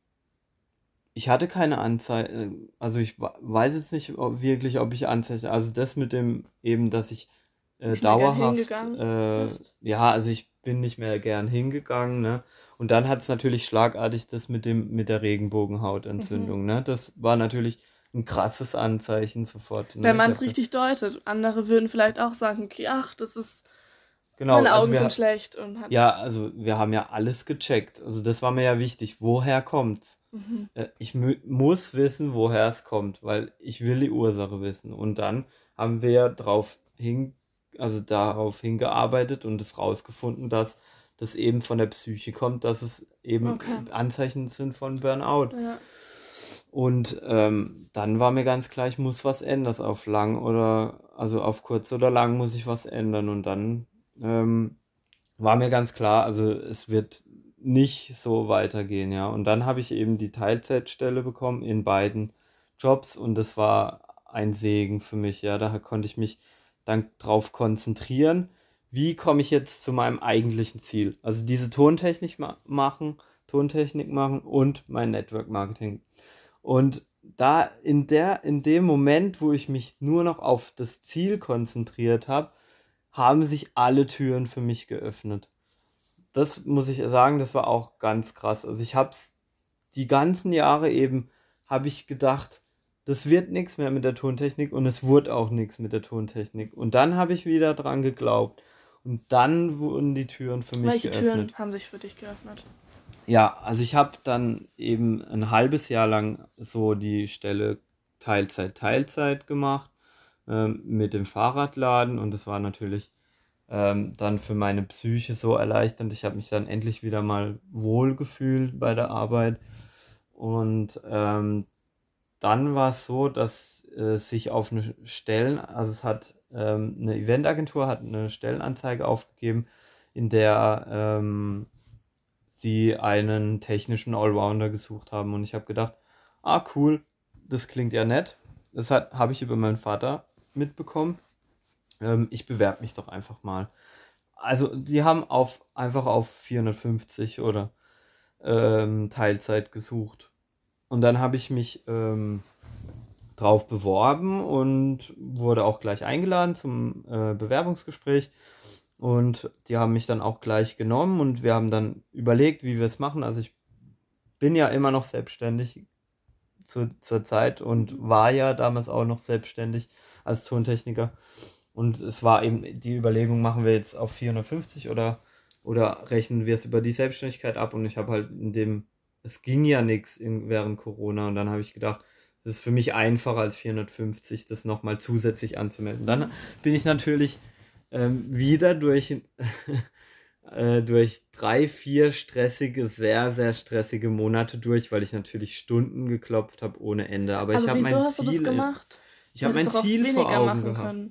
Ich hatte keine Anzeichen, also ich wa- weiß jetzt nicht ob, wirklich, ob ich Anzeichen, also das mit dem eben, dass ich äh, Nicht mehr gern dauerhaft, hingegangen äh, bist? ja, also ich bin nicht mehr gern hingegangen, ne? Und dann hat es natürlich schlagartig das mit dem, mit der Mhm. Regenbogenhautentzündung, ne? Das war natürlich ein krasses Anzeichen sofort, Wenn ne? Ich man es habe da, richtig deutet. Andere würden vielleicht auch sagen, okay, ach, das ist, genau, meine also Augen wir, sind ha- schlecht und ja, hat. also wir haben ja alles gecheckt. Also das war mir ja wichtig. Woher kommt's? Mhm. Äh, Ich mü muss wissen, woher es kommt, weil ich will die Ursache wissen. Und dann haben wir ja drauf hin, also darauf hingearbeitet und es rausgefunden, dass das eben von der Psyche kommt, dass es eben Okay. Anzeichen sind von Burnout. Ja. Und ähm, dann war mir ganz klar, ich muss was ändern. Auf lang oder, also auf kurz oder lang muss ich was ändern. Und dann ähm, war mir ganz klar, also es wird nicht so weitergehen, ja. Und dann habe ich eben die Teilzeitstelle bekommen in beiden Jobs und das war ein Segen für mich, ja. Da konnte ich mich dann drauf konzentrieren, wie komme ich jetzt zu meinem eigentlichen Ziel? Also diese Tontechnik ma machen, Tontechnik machen und mein Network Marketing. Und da in der, in dem Moment, wo ich mich nur noch auf das Ziel konzentriert habe, haben sich alle Türen für mich geöffnet. Das muss ich sagen, das war auch ganz krass. Also ich habe es die ganzen Jahre eben, habe ich gedacht, das wird nichts mehr mit der Tontechnik und es wurde auch nichts mit der Tontechnik. Und dann habe ich wieder dran geglaubt und dann wurden die Türen für mich Welche geöffnet. Türen haben sich für dich geöffnet? Ja, also ich habe dann eben ein halbes Jahr lang so die Stelle Teilzeit, Teilzeit gemacht ähm, mit dem Fahrradladen und das war natürlich ähm, dann für meine Psyche so erleichternd. Ich habe mich dann endlich wieder mal wohl gefühlt bei der Arbeit und ähm, dann war es so, dass äh, sich auf eine Stellen, also es hat ähm, eine Eventagentur hat eine Stellenanzeige aufgegeben, in der ähm, sie einen technischen Allrounder gesucht haben. Und ich habe gedacht, ah cool, das klingt ja nett. Das hat, habe ich über meinen Vater mitbekommen. Ähm, ich bewerbe mich doch einfach mal. Also die haben auf, einfach auf vierhundertfünfzig oder ähm, Teilzeit gesucht. Und dann habe ich mich ähm, drauf beworben und wurde auch gleich eingeladen zum äh, Bewerbungsgespräch. Und die haben mich dann auch gleich genommen und wir haben dann überlegt, wie wir es machen. Also ich bin ja immer noch selbstständig zu, zur Zeit und war ja damals auch noch selbstständig als Tontechniker. Und es war eben die Überlegung, machen wir jetzt auf vierhundertfünfzig oder, oder rechnen wir es über die Selbstständigkeit ab. Und ich habe halt in dem, es ging ja nichts während Corona. Und dann habe ich gedacht, es ist für mich einfacher als vierhundertfünfzig, das nochmal zusätzlich anzumelden. Dann bin ich natürlich ähm, wieder durch, äh, durch drei, vier stressige, sehr, sehr stressige Monate durch, weil ich natürlich Stunden geklopft habe ohne Ende. Aber, Aber ich habe wieso mein hast du das Ziel, gemacht? ich Du habe mein hättest doch auch Ziel vor weniger Augen machen gehabt. können.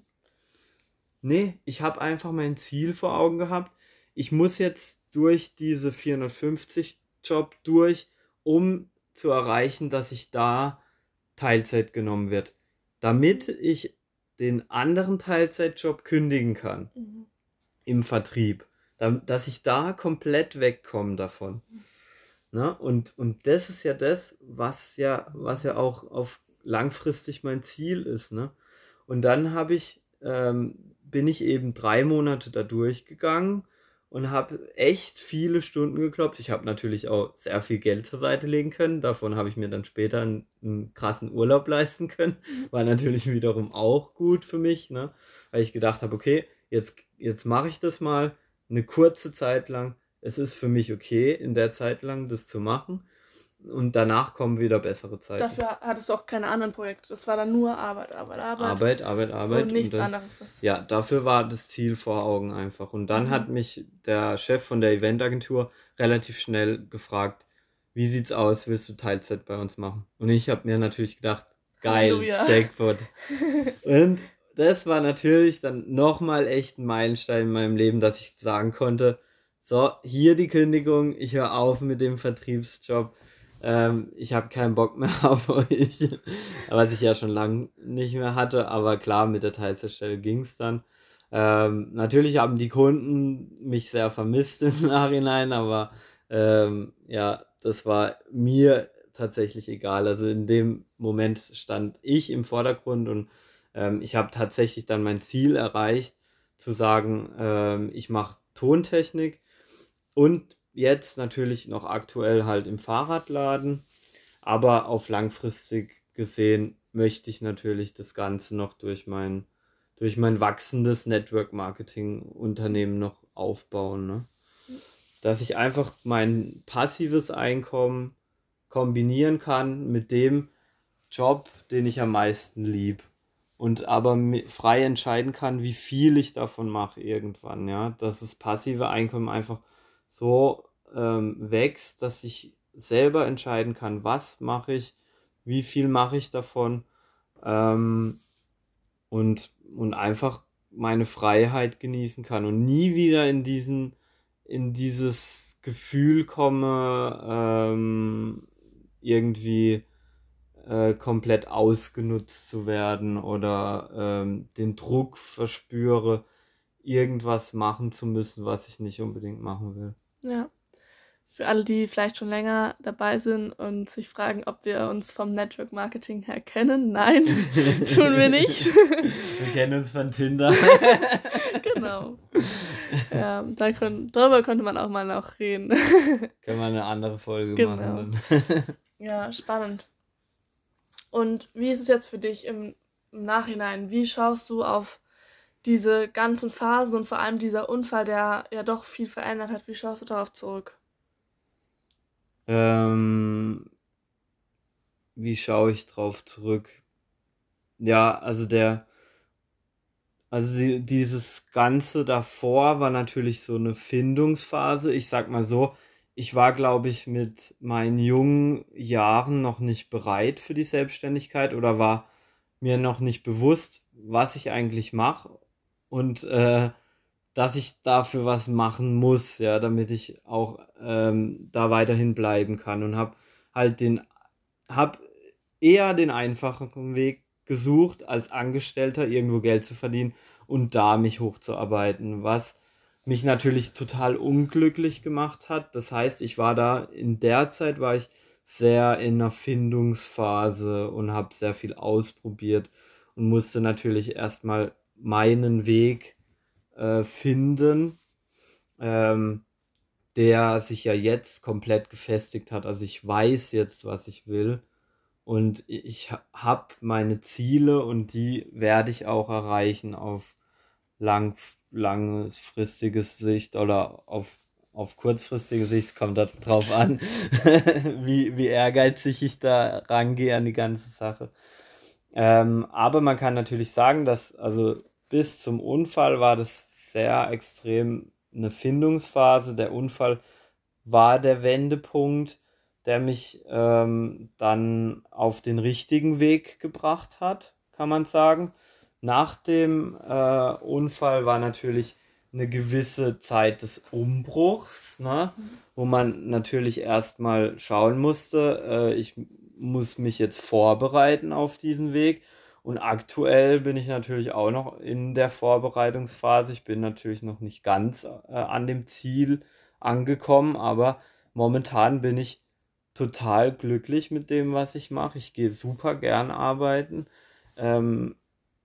Nee, ich habe einfach mein Ziel vor Augen gehabt. Ich muss jetzt durch diese vierhundertfünfzig-Job durch, um zu erreichen, dass ich da Teilzeit genommen wird. Damit ich den anderen Teilzeitjob kündigen kann Mhm. im Vertrieb. Dam- Dass ich da komplett wegkomme davon. Ne? Und, und das ist ja das, was ja, was ja auch auf langfristig mein Ziel ist. Ne? Und dann habe ich, ähm, bin ich eben drei Monate da durchgegangen und habe echt viele Stunden geklopft. Ich habe natürlich auch sehr viel Geld zur Seite legen können. Davon habe ich mir dann später einen, einen krassen Urlaub leisten können. War natürlich wiederum auch gut für mich, ne? Weil ich gedacht habe, okay, jetzt, jetzt mache ich das mal eine kurze Zeit lang. Es ist für mich okay, in der Zeit lang das zu machen. Und danach kommen wieder bessere Zeiten. Dafür hattest du auch keine anderen Projekte. Das war dann nur Arbeit, Arbeit, Arbeit. Arbeit, Arbeit, Arbeit. Und nichts dann, anderes. Was ja, dafür war das Ziel vor Augen einfach. Und dann Mhm. hat mich der Chef von der Eventagentur relativ schnell gefragt, wie sieht's aus, willst du Teilzeit bei uns machen? Und ich habe mir natürlich gedacht, geil, Halleluja. Jackpot. Und das war natürlich dann nochmal echt ein Meilenstein in meinem Leben, dass ich sagen konnte, so, hier die Kündigung, ich höre auf mit dem Vertriebsjob. Ähm, ich habe keinen Bock mehr auf euch, was ich ja schon lange nicht mehr hatte, aber klar, mit der Teilzeitstelle ging es dann. Ähm, natürlich haben die Kunden mich sehr vermisst im Nachhinein, aber ähm, ja, das war mir tatsächlich egal. Also in dem Moment stand ich im Vordergrund und ähm, ich habe tatsächlich dann mein Ziel erreicht, zu sagen, ähm, ich mache Tontechnik und jetzt natürlich noch aktuell halt im Fahrradladen, aber auf langfristig gesehen möchte ich natürlich das Ganze noch durch mein, durch mein wachsendes Network-Marketing-Unternehmen noch aufbauen. Ne? Dass ich einfach mein passives Einkommen kombinieren kann mit dem Job, den ich am meisten lieb. Und aber mi- frei entscheiden kann, wie viel ich davon mache irgendwann, ja. Dass das passive Einkommen einfach so ähm, wächst, dass ich selber entscheiden kann, was mache ich, wie viel mache ich davon ähm, und, und einfach meine Freiheit genießen kann und nie wieder in diesen, in dieses Gefühl komme, ähm, irgendwie äh, komplett ausgenutzt zu werden oder ähm, den Druck verspüre, irgendwas machen zu müssen, was ich nicht unbedingt machen will. Ja. für alle, die vielleicht schon länger dabei sind und sich fragen, ob wir uns vom Network Marketing her kennen. Nein, tun wir nicht. Wir kennen uns von Tinder. Genau. Ja, da können, darüber könnte man auch mal noch reden. Können wir eine andere Folge Genau. machen. Ja, spannend. Und wie ist es jetzt für dich im, im Nachhinein? Wie schaust du auf diese ganzen Phasen und vor allem dieser Unfall, der ja doch viel verändert hat, wie schaust du darauf zurück? Ähm, wie schaue ich drauf zurück? Ja, also der, also die, dieses Ganze davor war natürlich so eine Findungsphase. Ich sag mal so, ich war, glaube ich, mit meinen jungen Jahren noch nicht bereit für die Selbstständigkeit oder war mir noch nicht bewusst, was ich eigentlich mache und äh, dass ich dafür was machen muss, ja, damit ich auch ähm, da weiterhin bleiben kann und habe halt den, habe eher den einfachen Weg gesucht, als Angestellter irgendwo Geld zu verdienen und da mich hochzuarbeiten, was mich natürlich total unglücklich gemacht hat. Das heißt, ich war da, in der Zeit war ich sehr in einer Findungsphase und habe sehr viel ausprobiert und musste natürlich erstmal meinen Weg äh, finden, ähm, der sich ja jetzt komplett gefestigt hat. Also ich weiß jetzt, was ich will und ich habe meine Ziele und die werde ich auch erreichen auf lang, langfristige Sicht oder auf, auf kurzfristige Sicht. Es kommt da drauf an, wie, wie ehrgeizig ich da rangehe an die ganze Sache. Ähm, aber man kann natürlich sagen, dass also bis zum Unfall war das sehr extrem eine Findungsphase. Der Unfall war der Wendepunkt, der mich ähm, dann auf den richtigen Weg gebracht hat, kann man sagen. Nach dem äh, Unfall war natürlich eine gewisse Zeit des Umbruchs, ne? Wo man natürlich erstmal schauen musste, äh, ich muss mich jetzt vorbereiten auf diesen Weg. Und aktuell bin ich natürlich auch noch in der Vorbereitungsphase. Ich bin natürlich noch nicht ganz äh, an dem Ziel angekommen, aber momentan bin ich total glücklich mit dem, was ich mache. Ich gehe super gern arbeiten. Ähm,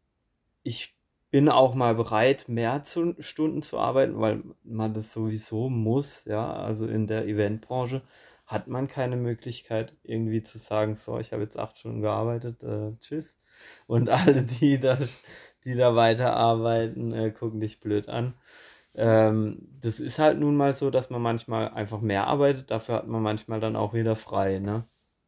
ich bin auch mal bereit, mehr zu, Stunden zu arbeiten, weil man das sowieso muss, ja. Also in der Eventbranche hat man keine Möglichkeit, irgendwie zu sagen, so, ich habe jetzt acht Stunden gearbeitet, äh, tschüss. Und alle, die da, die da weiterarbeiten, äh, gucken dich blöd an. Ähm, das ist halt nun mal so, dass man manchmal einfach mehr arbeitet, dafür hat man manchmal dann auch wieder frei, ne?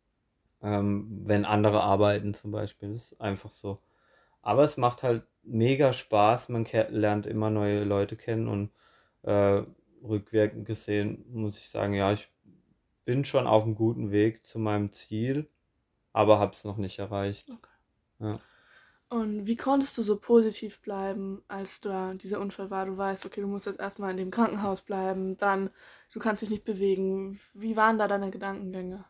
Ähm, wenn andere arbeiten zum Beispiel, das ist einfach so. Aber es macht halt mega Spaß, man ke- lernt immer neue Leute kennen und äh, rückwirkend gesehen muss ich sagen, ja, ich bin schon auf einem guten Weg zu meinem Ziel, aber habe es noch nicht erreicht. Okay. Ja. Und wie konntest du so positiv bleiben, als da dieser Unfall war? Du weißt, okay, du musst jetzt erstmal in dem Krankenhaus bleiben, dann du kannst dich nicht bewegen. Wie waren da deine Gedankengänge?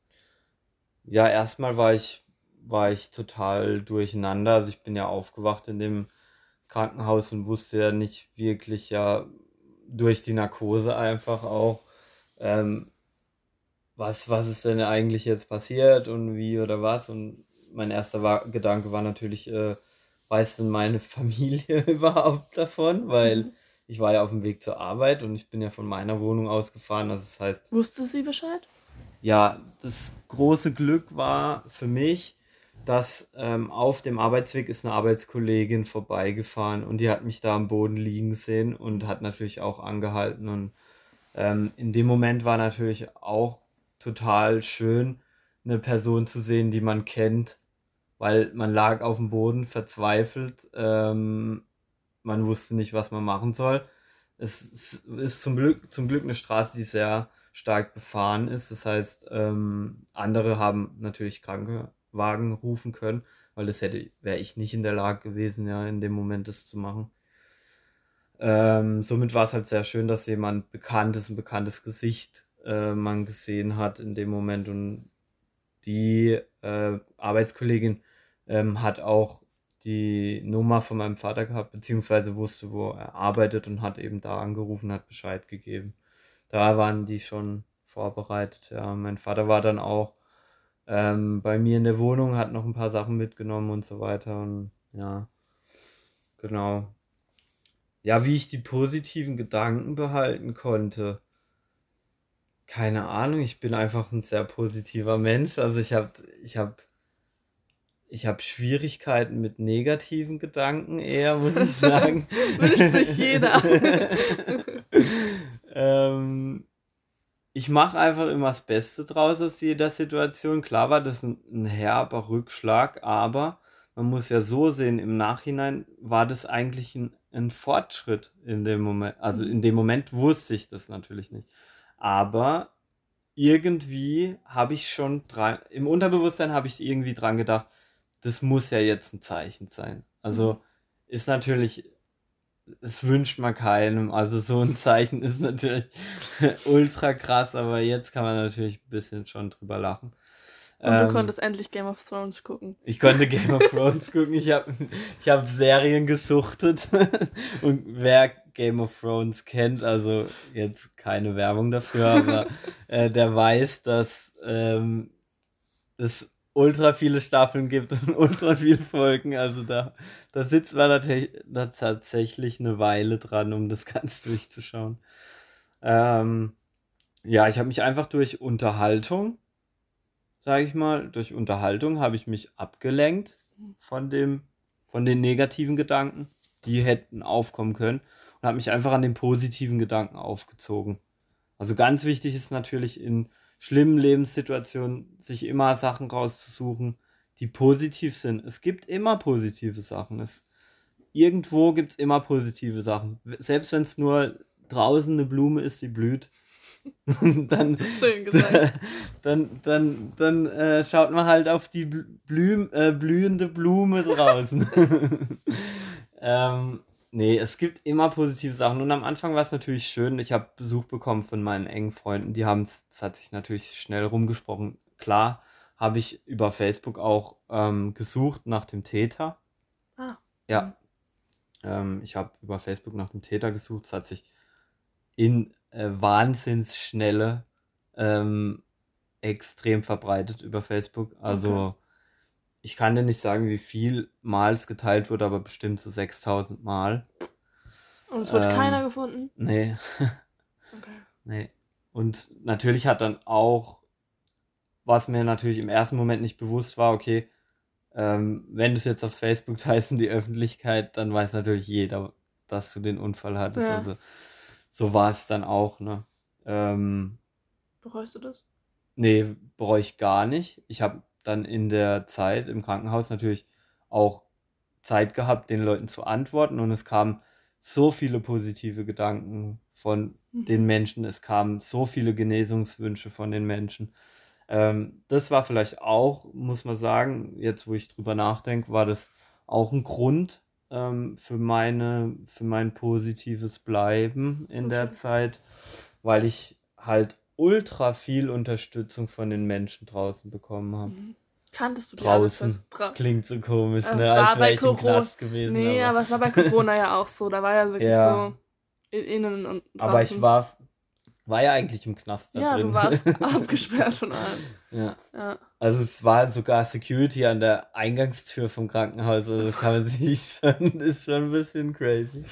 Ja, erstmal war ich, war ich total durcheinander. Also ich bin ja aufgewacht in dem Krankenhaus und wusste ja nicht wirklich, ja, durch die Narkose einfach auch, ähm, was, was ist denn eigentlich jetzt passiert und wie oder was. Und mein erster war, Gedanke war natürlich, äh, weiß denn meine Familie überhaupt davon? Weil Mhm. ich war ja auf dem Weg zur Arbeit und ich bin ja von meiner Wohnung aus gefahren. Also das heißt, Wusste sie Bescheid? ja, das große Glück war für mich, dass ähm, auf dem Arbeitsweg ist eine Arbeitskollegin vorbeigefahren und die hat mich da am Boden liegen sehen und hat natürlich auch angehalten. Und ähm, in dem Moment war natürlich auch total schön, eine Person zu sehen, die man kennt, weil man lag auf dem Boden verzweifelt. Ähm, man wusste nicht, was man machen soll. Es ist ist zum Glück, zum Glück eine Straße, die sehr stark befahren ist. Das heißt, ähm, andere haben natürlich Krankenwagen rufen können, weil das hätte, wäre ich nicht in der Lage gewesen, ja, in dem Moment das zu machen. Ähm, somit war es halt sehr schön, dass jemand Bekanntes, ein bekanntes Gesicht äh, man gesehen hat in dem Moment. Und die äh, Arbeitskollegin ähm, hat auch die Nummer von meinem Vater gehabt, beziehungsweise wusste, wo er arbeitet und hat eben da angerufen, hat Bescheid gegeben. Da waren die schon vorbereitet. Ja, mein Vater war dann auch ähm, bei mir in der Wohnung, hat noch ein paar Sachen mitgenommen und so weiter. Und ja, genau. Ja, wie ich die positiven Gedanken behalten konnte. Keine Ahnung, ich bin einfach ein sehr positiver Mensch. Also ich habe ich hab, ich hab Schwierigkeiten mit negativen Gedanken eher, muss ich sagen. Wünscht sich jeder. ähm, ich mache einfach immer das Beste draus aus jeder Situation. Klar war das ein, ein herber Rückschlag, aber man muss ja so sehen, im Nachhinein war das eigentlich ein, ein Fortschritt in dem Moment. Also in dem Moment wusste ich das natürlich nicht. Aber irgendwie habe ich schon dran, im Unterbewusstsein habe ich irgendwie dran gedacht, das muss ja jetzt ein Zeichen sein. Also ist natürlich, es wünscht man keinem. Also so ein Zeichen ist natürlich ultra krass, aber jetzt kann man natürlich ein bisschen schon drüber lachen. Und du Ähm, konntest endlich Game of Thrones gucken. ich konnte Game of Thrones gucken. Ich habe ich hab Serien gesuchtet. Und wer Game of Thrones kennt, also jetzt keine Werbung dafür, aber äh, der weiß, dass ähm, es ultra viele Staffeln gibt und ultra viele Folgen. Also da, da sitzt man natürlich, da tatsächlich eine Weile dran, um das Ganze durchzuschauen. Ähm, ja, ich habe mich einfach durch Unterhaltung, sage ich mal, durch Unterhaltung habe ich mich abgelenkt von dem, von den negativen Gedanken, die hätten aufkommen können, und habe mich einfach an den positiven Gedanken aufgezogen. Also ganz wichtig ist natürlich in schlimmen Lebenssituationen, sich immer Sachen rauszusuchen, die positiv sind. Es gibt immer positive Sachen. Es, irgendwo gibt es immer positive Sachen. Selbst wenn es nur draußen eine Blume ist, die blüht, dann, Schön gesagt. dann, dann, dann äh, schaut man halt auf die blüh, äh, blühende Blume draußen. ähm, nee, es gibt immer positive Sachen. Und am Anfang war es natürlich schön. Ich habe Besuch bekommen von meinen engen Freunden. Die haben es, es hat sich natürlich schnell rumgesprochen. Klar habe ich über Facebook auch ähm, gesucht nach dem Täter. Ah. Ja. Ähm, ich habe über Facebook nach dem Täter gesucht. Es hat sich in äh, Wahnsinnsschnelle ähm, extrem verbreitet über Facebook. Also Okay. ich kann dir nicht sagen, wie viel Mal es geteilt wurde, aber bestimmt so sechstausend Mal. Und es wurde keiner Ähm, gefunden? nee, Okay. nee. Und natürlich hat dann auch, was mir natürlich im ersten Moment nicht bewusst war, okay, ähm, wenn du es jetzt auf Facebook teilst in die Öffentlichkeit, dann weiß natürlich jeder, dass du den Unfall hattest. Ja. Also so war es dann auch, ne? Ähm, Bereust du das? nee, bereue ich gar nicht. Ich habe dann in der Zeit im Krankenhaus natürlich auch Zeit gehabt, den Leuten zu antworten, und es kamen so viele positive Gedanken von den Mhm. Menschen, es kamen so viele Genesungswünsche von den Menschen. Ähm, das war vielleicht auch, muss man sagen, jetzt wo ich drüber nachdenke, war das auch ein Grund ähm, für meine, für mein positives Bleiben in der Okay. Zeit, weil ich halt ultra viel Unterstützung von den Menschen draußen bekommen habe. Mhm. Kanntest du die alle Draußen. fest? Das Dra klingt so komisch, es ne? Als war wäre bei ich im Corona. Knast gewesen, Nee, aber aber es war bei Corona ja auch so. Da war ja wirklich ja. so in- innen und Aber ich draußen. war, war ja eigentlich im Knast da Ja, du drin. warst abgesperrt von allem. Ja. Ja. Also es war sogar Security an der Eingangstür vom Krankenhaus. Also das kann man sich schon, ist schon ein bisschen crazy.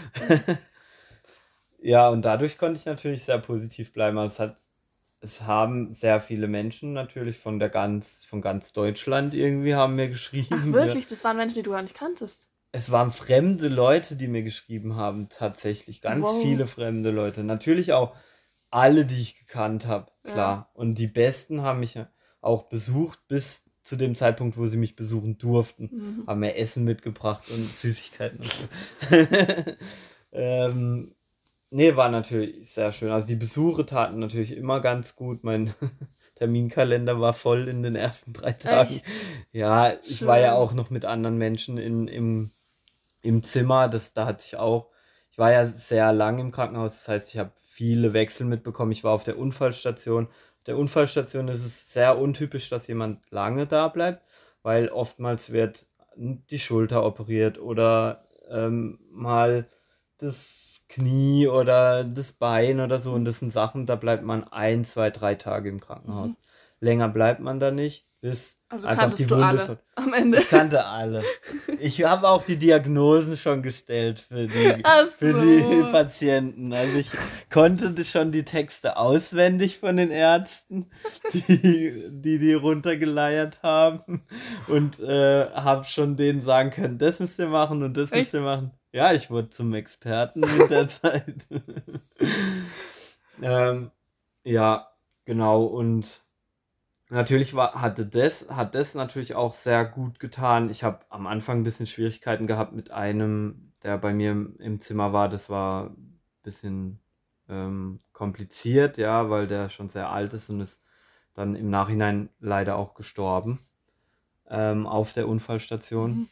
Ja, und dadurch konnte ich natürlich sehr positiv bleiben. Also es hat, es haben sehr viele Menschen natürlich von der ganz, von ganz Deutschland irgendwie haben mir Ach, geschrieben. Ja. wirklich? Das waren Menschen, die du gar nicht kanntest. Es waren fremde Leute, die mir geschrieben haben, tatsächlich. Ganz Wow. viele fremde Leute. Natürlich auch alle, die ich gekannt habe, Ja. klar. Und die Besten haben mich ja auch besucht, bis zu dem Zeitpunkt, wo sie mich besuchen durften. Mhm. Haben mir Essen mitgebracht und Süßigkeiten und so. ähm, nee, war natürlich sehr schön. Also die Besuche taten natürlich immer ganz gut. Mein Terminkalender war voll in den ersten drei Tagen. Echt? Ja, ich war ja Schön. auch noch mit anderen Menschen in, im, im Zimmer. Das, da hat sich auch, ich war ja sehr lang im Krankenhaus, das heißt, ich habe viele Wechsel mitbekommen. Ich war auf der Unfallstation. Auf der Unfallstation ist es sehr untypisch, dass jemand lange da bleibt, weil oftmals wird die Schulter operiert oder ähm, mal das das Knie oder das Bein oder so. Und das sind Sachen, da bleibt man ein, zwei, drei Tage im Krankenhaus. Mhm. Länger bleibt man da nicht, bis Also einfach kanntest die du Wunde alle ver- am Ende. Ich kannte alle. Ich habe auch die Diagnosen schon gestellt für die, Ach für die so. Patienten. Also ich konnte das schon die Texte auswendig von den Ärzten, die die, die runtergeleiert haben. Und äh, habe schon denen sagen können, das müsst ihr machen und das müsst Echt? ihr machen. Ja, ich wurde zum Experten in der Zeit. ähm, ja, genau. Und natürlich war, hatte das, hat das natürlich auch sehr gut getan. Ich habe am Anfang ein bisschen Schwierigkeiten gehabt mit einem, der bei mir im, im Zimmer war. Das war ein bisschen ähm, kompliziert, ja, weil der schon sehr alt ist und ist dann im Nachhinein leider auch gestorben ähm, auf der Unfallstation. Mhm.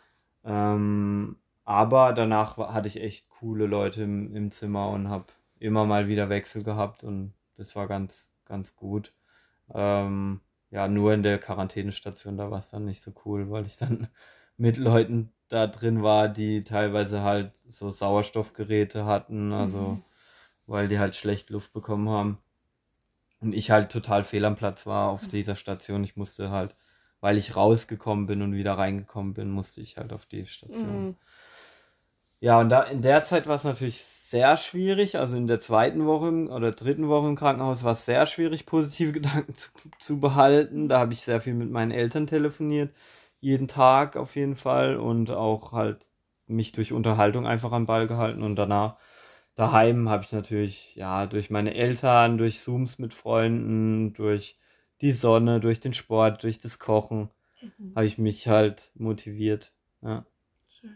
Ähm, aber danach wa- hatte ich echt coole Leute im, im Zimmer und habe immer mal wieder Wechsel gehabt und das war ganz, ganz gut. Ähm, ja, nur in der Quarantänestation, da war es dann nicht so cool, weil ich dann mit Leuten da drin war, die teilweise halt so Sauerstoffgeräte hatten, also Mhm. weil die halt schlecht Luft bekommen haben. Und ich halt total fehl am Platz war auf dieser Station. Ich musste halt, weil ich rausgekommen bin und wieder reingekommen bin, musste ich halt auf die Station. Mhm. Ja, und da in der Zeit war es natürlich sehr schwierig. Also in der zweiten Woche im, oder dritten Woche im Krankenhaus war es sehr schwierig, positive Gedanken zu, zu behalten. Da habe ich sehr viel mit meinen Eltern telefoniert. Jeden Tag auf jeden Fall. Und auch halt mich durch Unterhaltung einfach am Ball gehalten. Und danach daheim habe ich natürlich, ja, durch meine Eltern, durch Zooms mit Freunden, durch die Sonne, durch den Sport, durch das Kochen, Mhm. habe ich mich halt motiviert. Ja. Schön.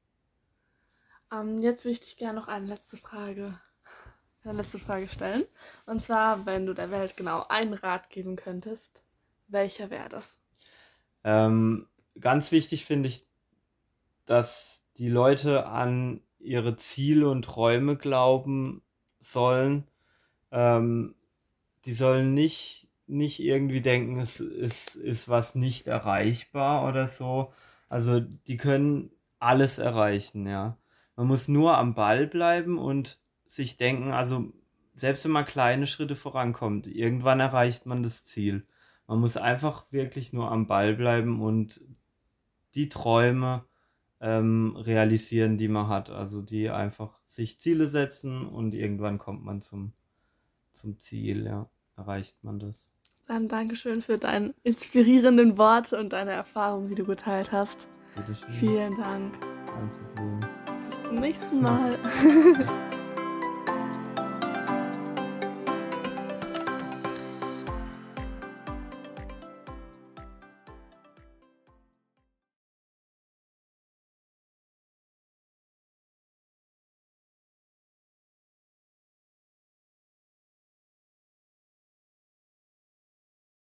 Ähm, jetzt würde ich dich gerne noch eine letzte Frage, eine letzte Frage stellen. Und zwar, wenn du der Welt genau einen Rat geben könntest, welcher wäre das? Ähm, ganz wichtig finde ich, dass die Leute an ihre Ziele und Träume glauben sollen. Ähm, die sollen nicht, nicht irgendwie denken, es ist, ist was nicht erreichbar oder so. Also die können alles erreichen, ja. Man muss nur am Ball bleiben und sich denken, also selbst wenn man kleine Schritte vorankommt, irgendwann erreicht man das Ziel. Man muss einfach wirklich nur am Ball bleiben und die Träume ähm, realisieren, die man hat. Also die einfach sich Ziele setzen und irgendwann kommt man zum, zum Ziel, ja. Erreicht man das. Dann Dankeschön für deine inspirierenden Worte und deine Erfahrungen, die du geteilt hast. Bitteschön. Vielen Dank. Kein Problem. Bis zum nächsten Mal.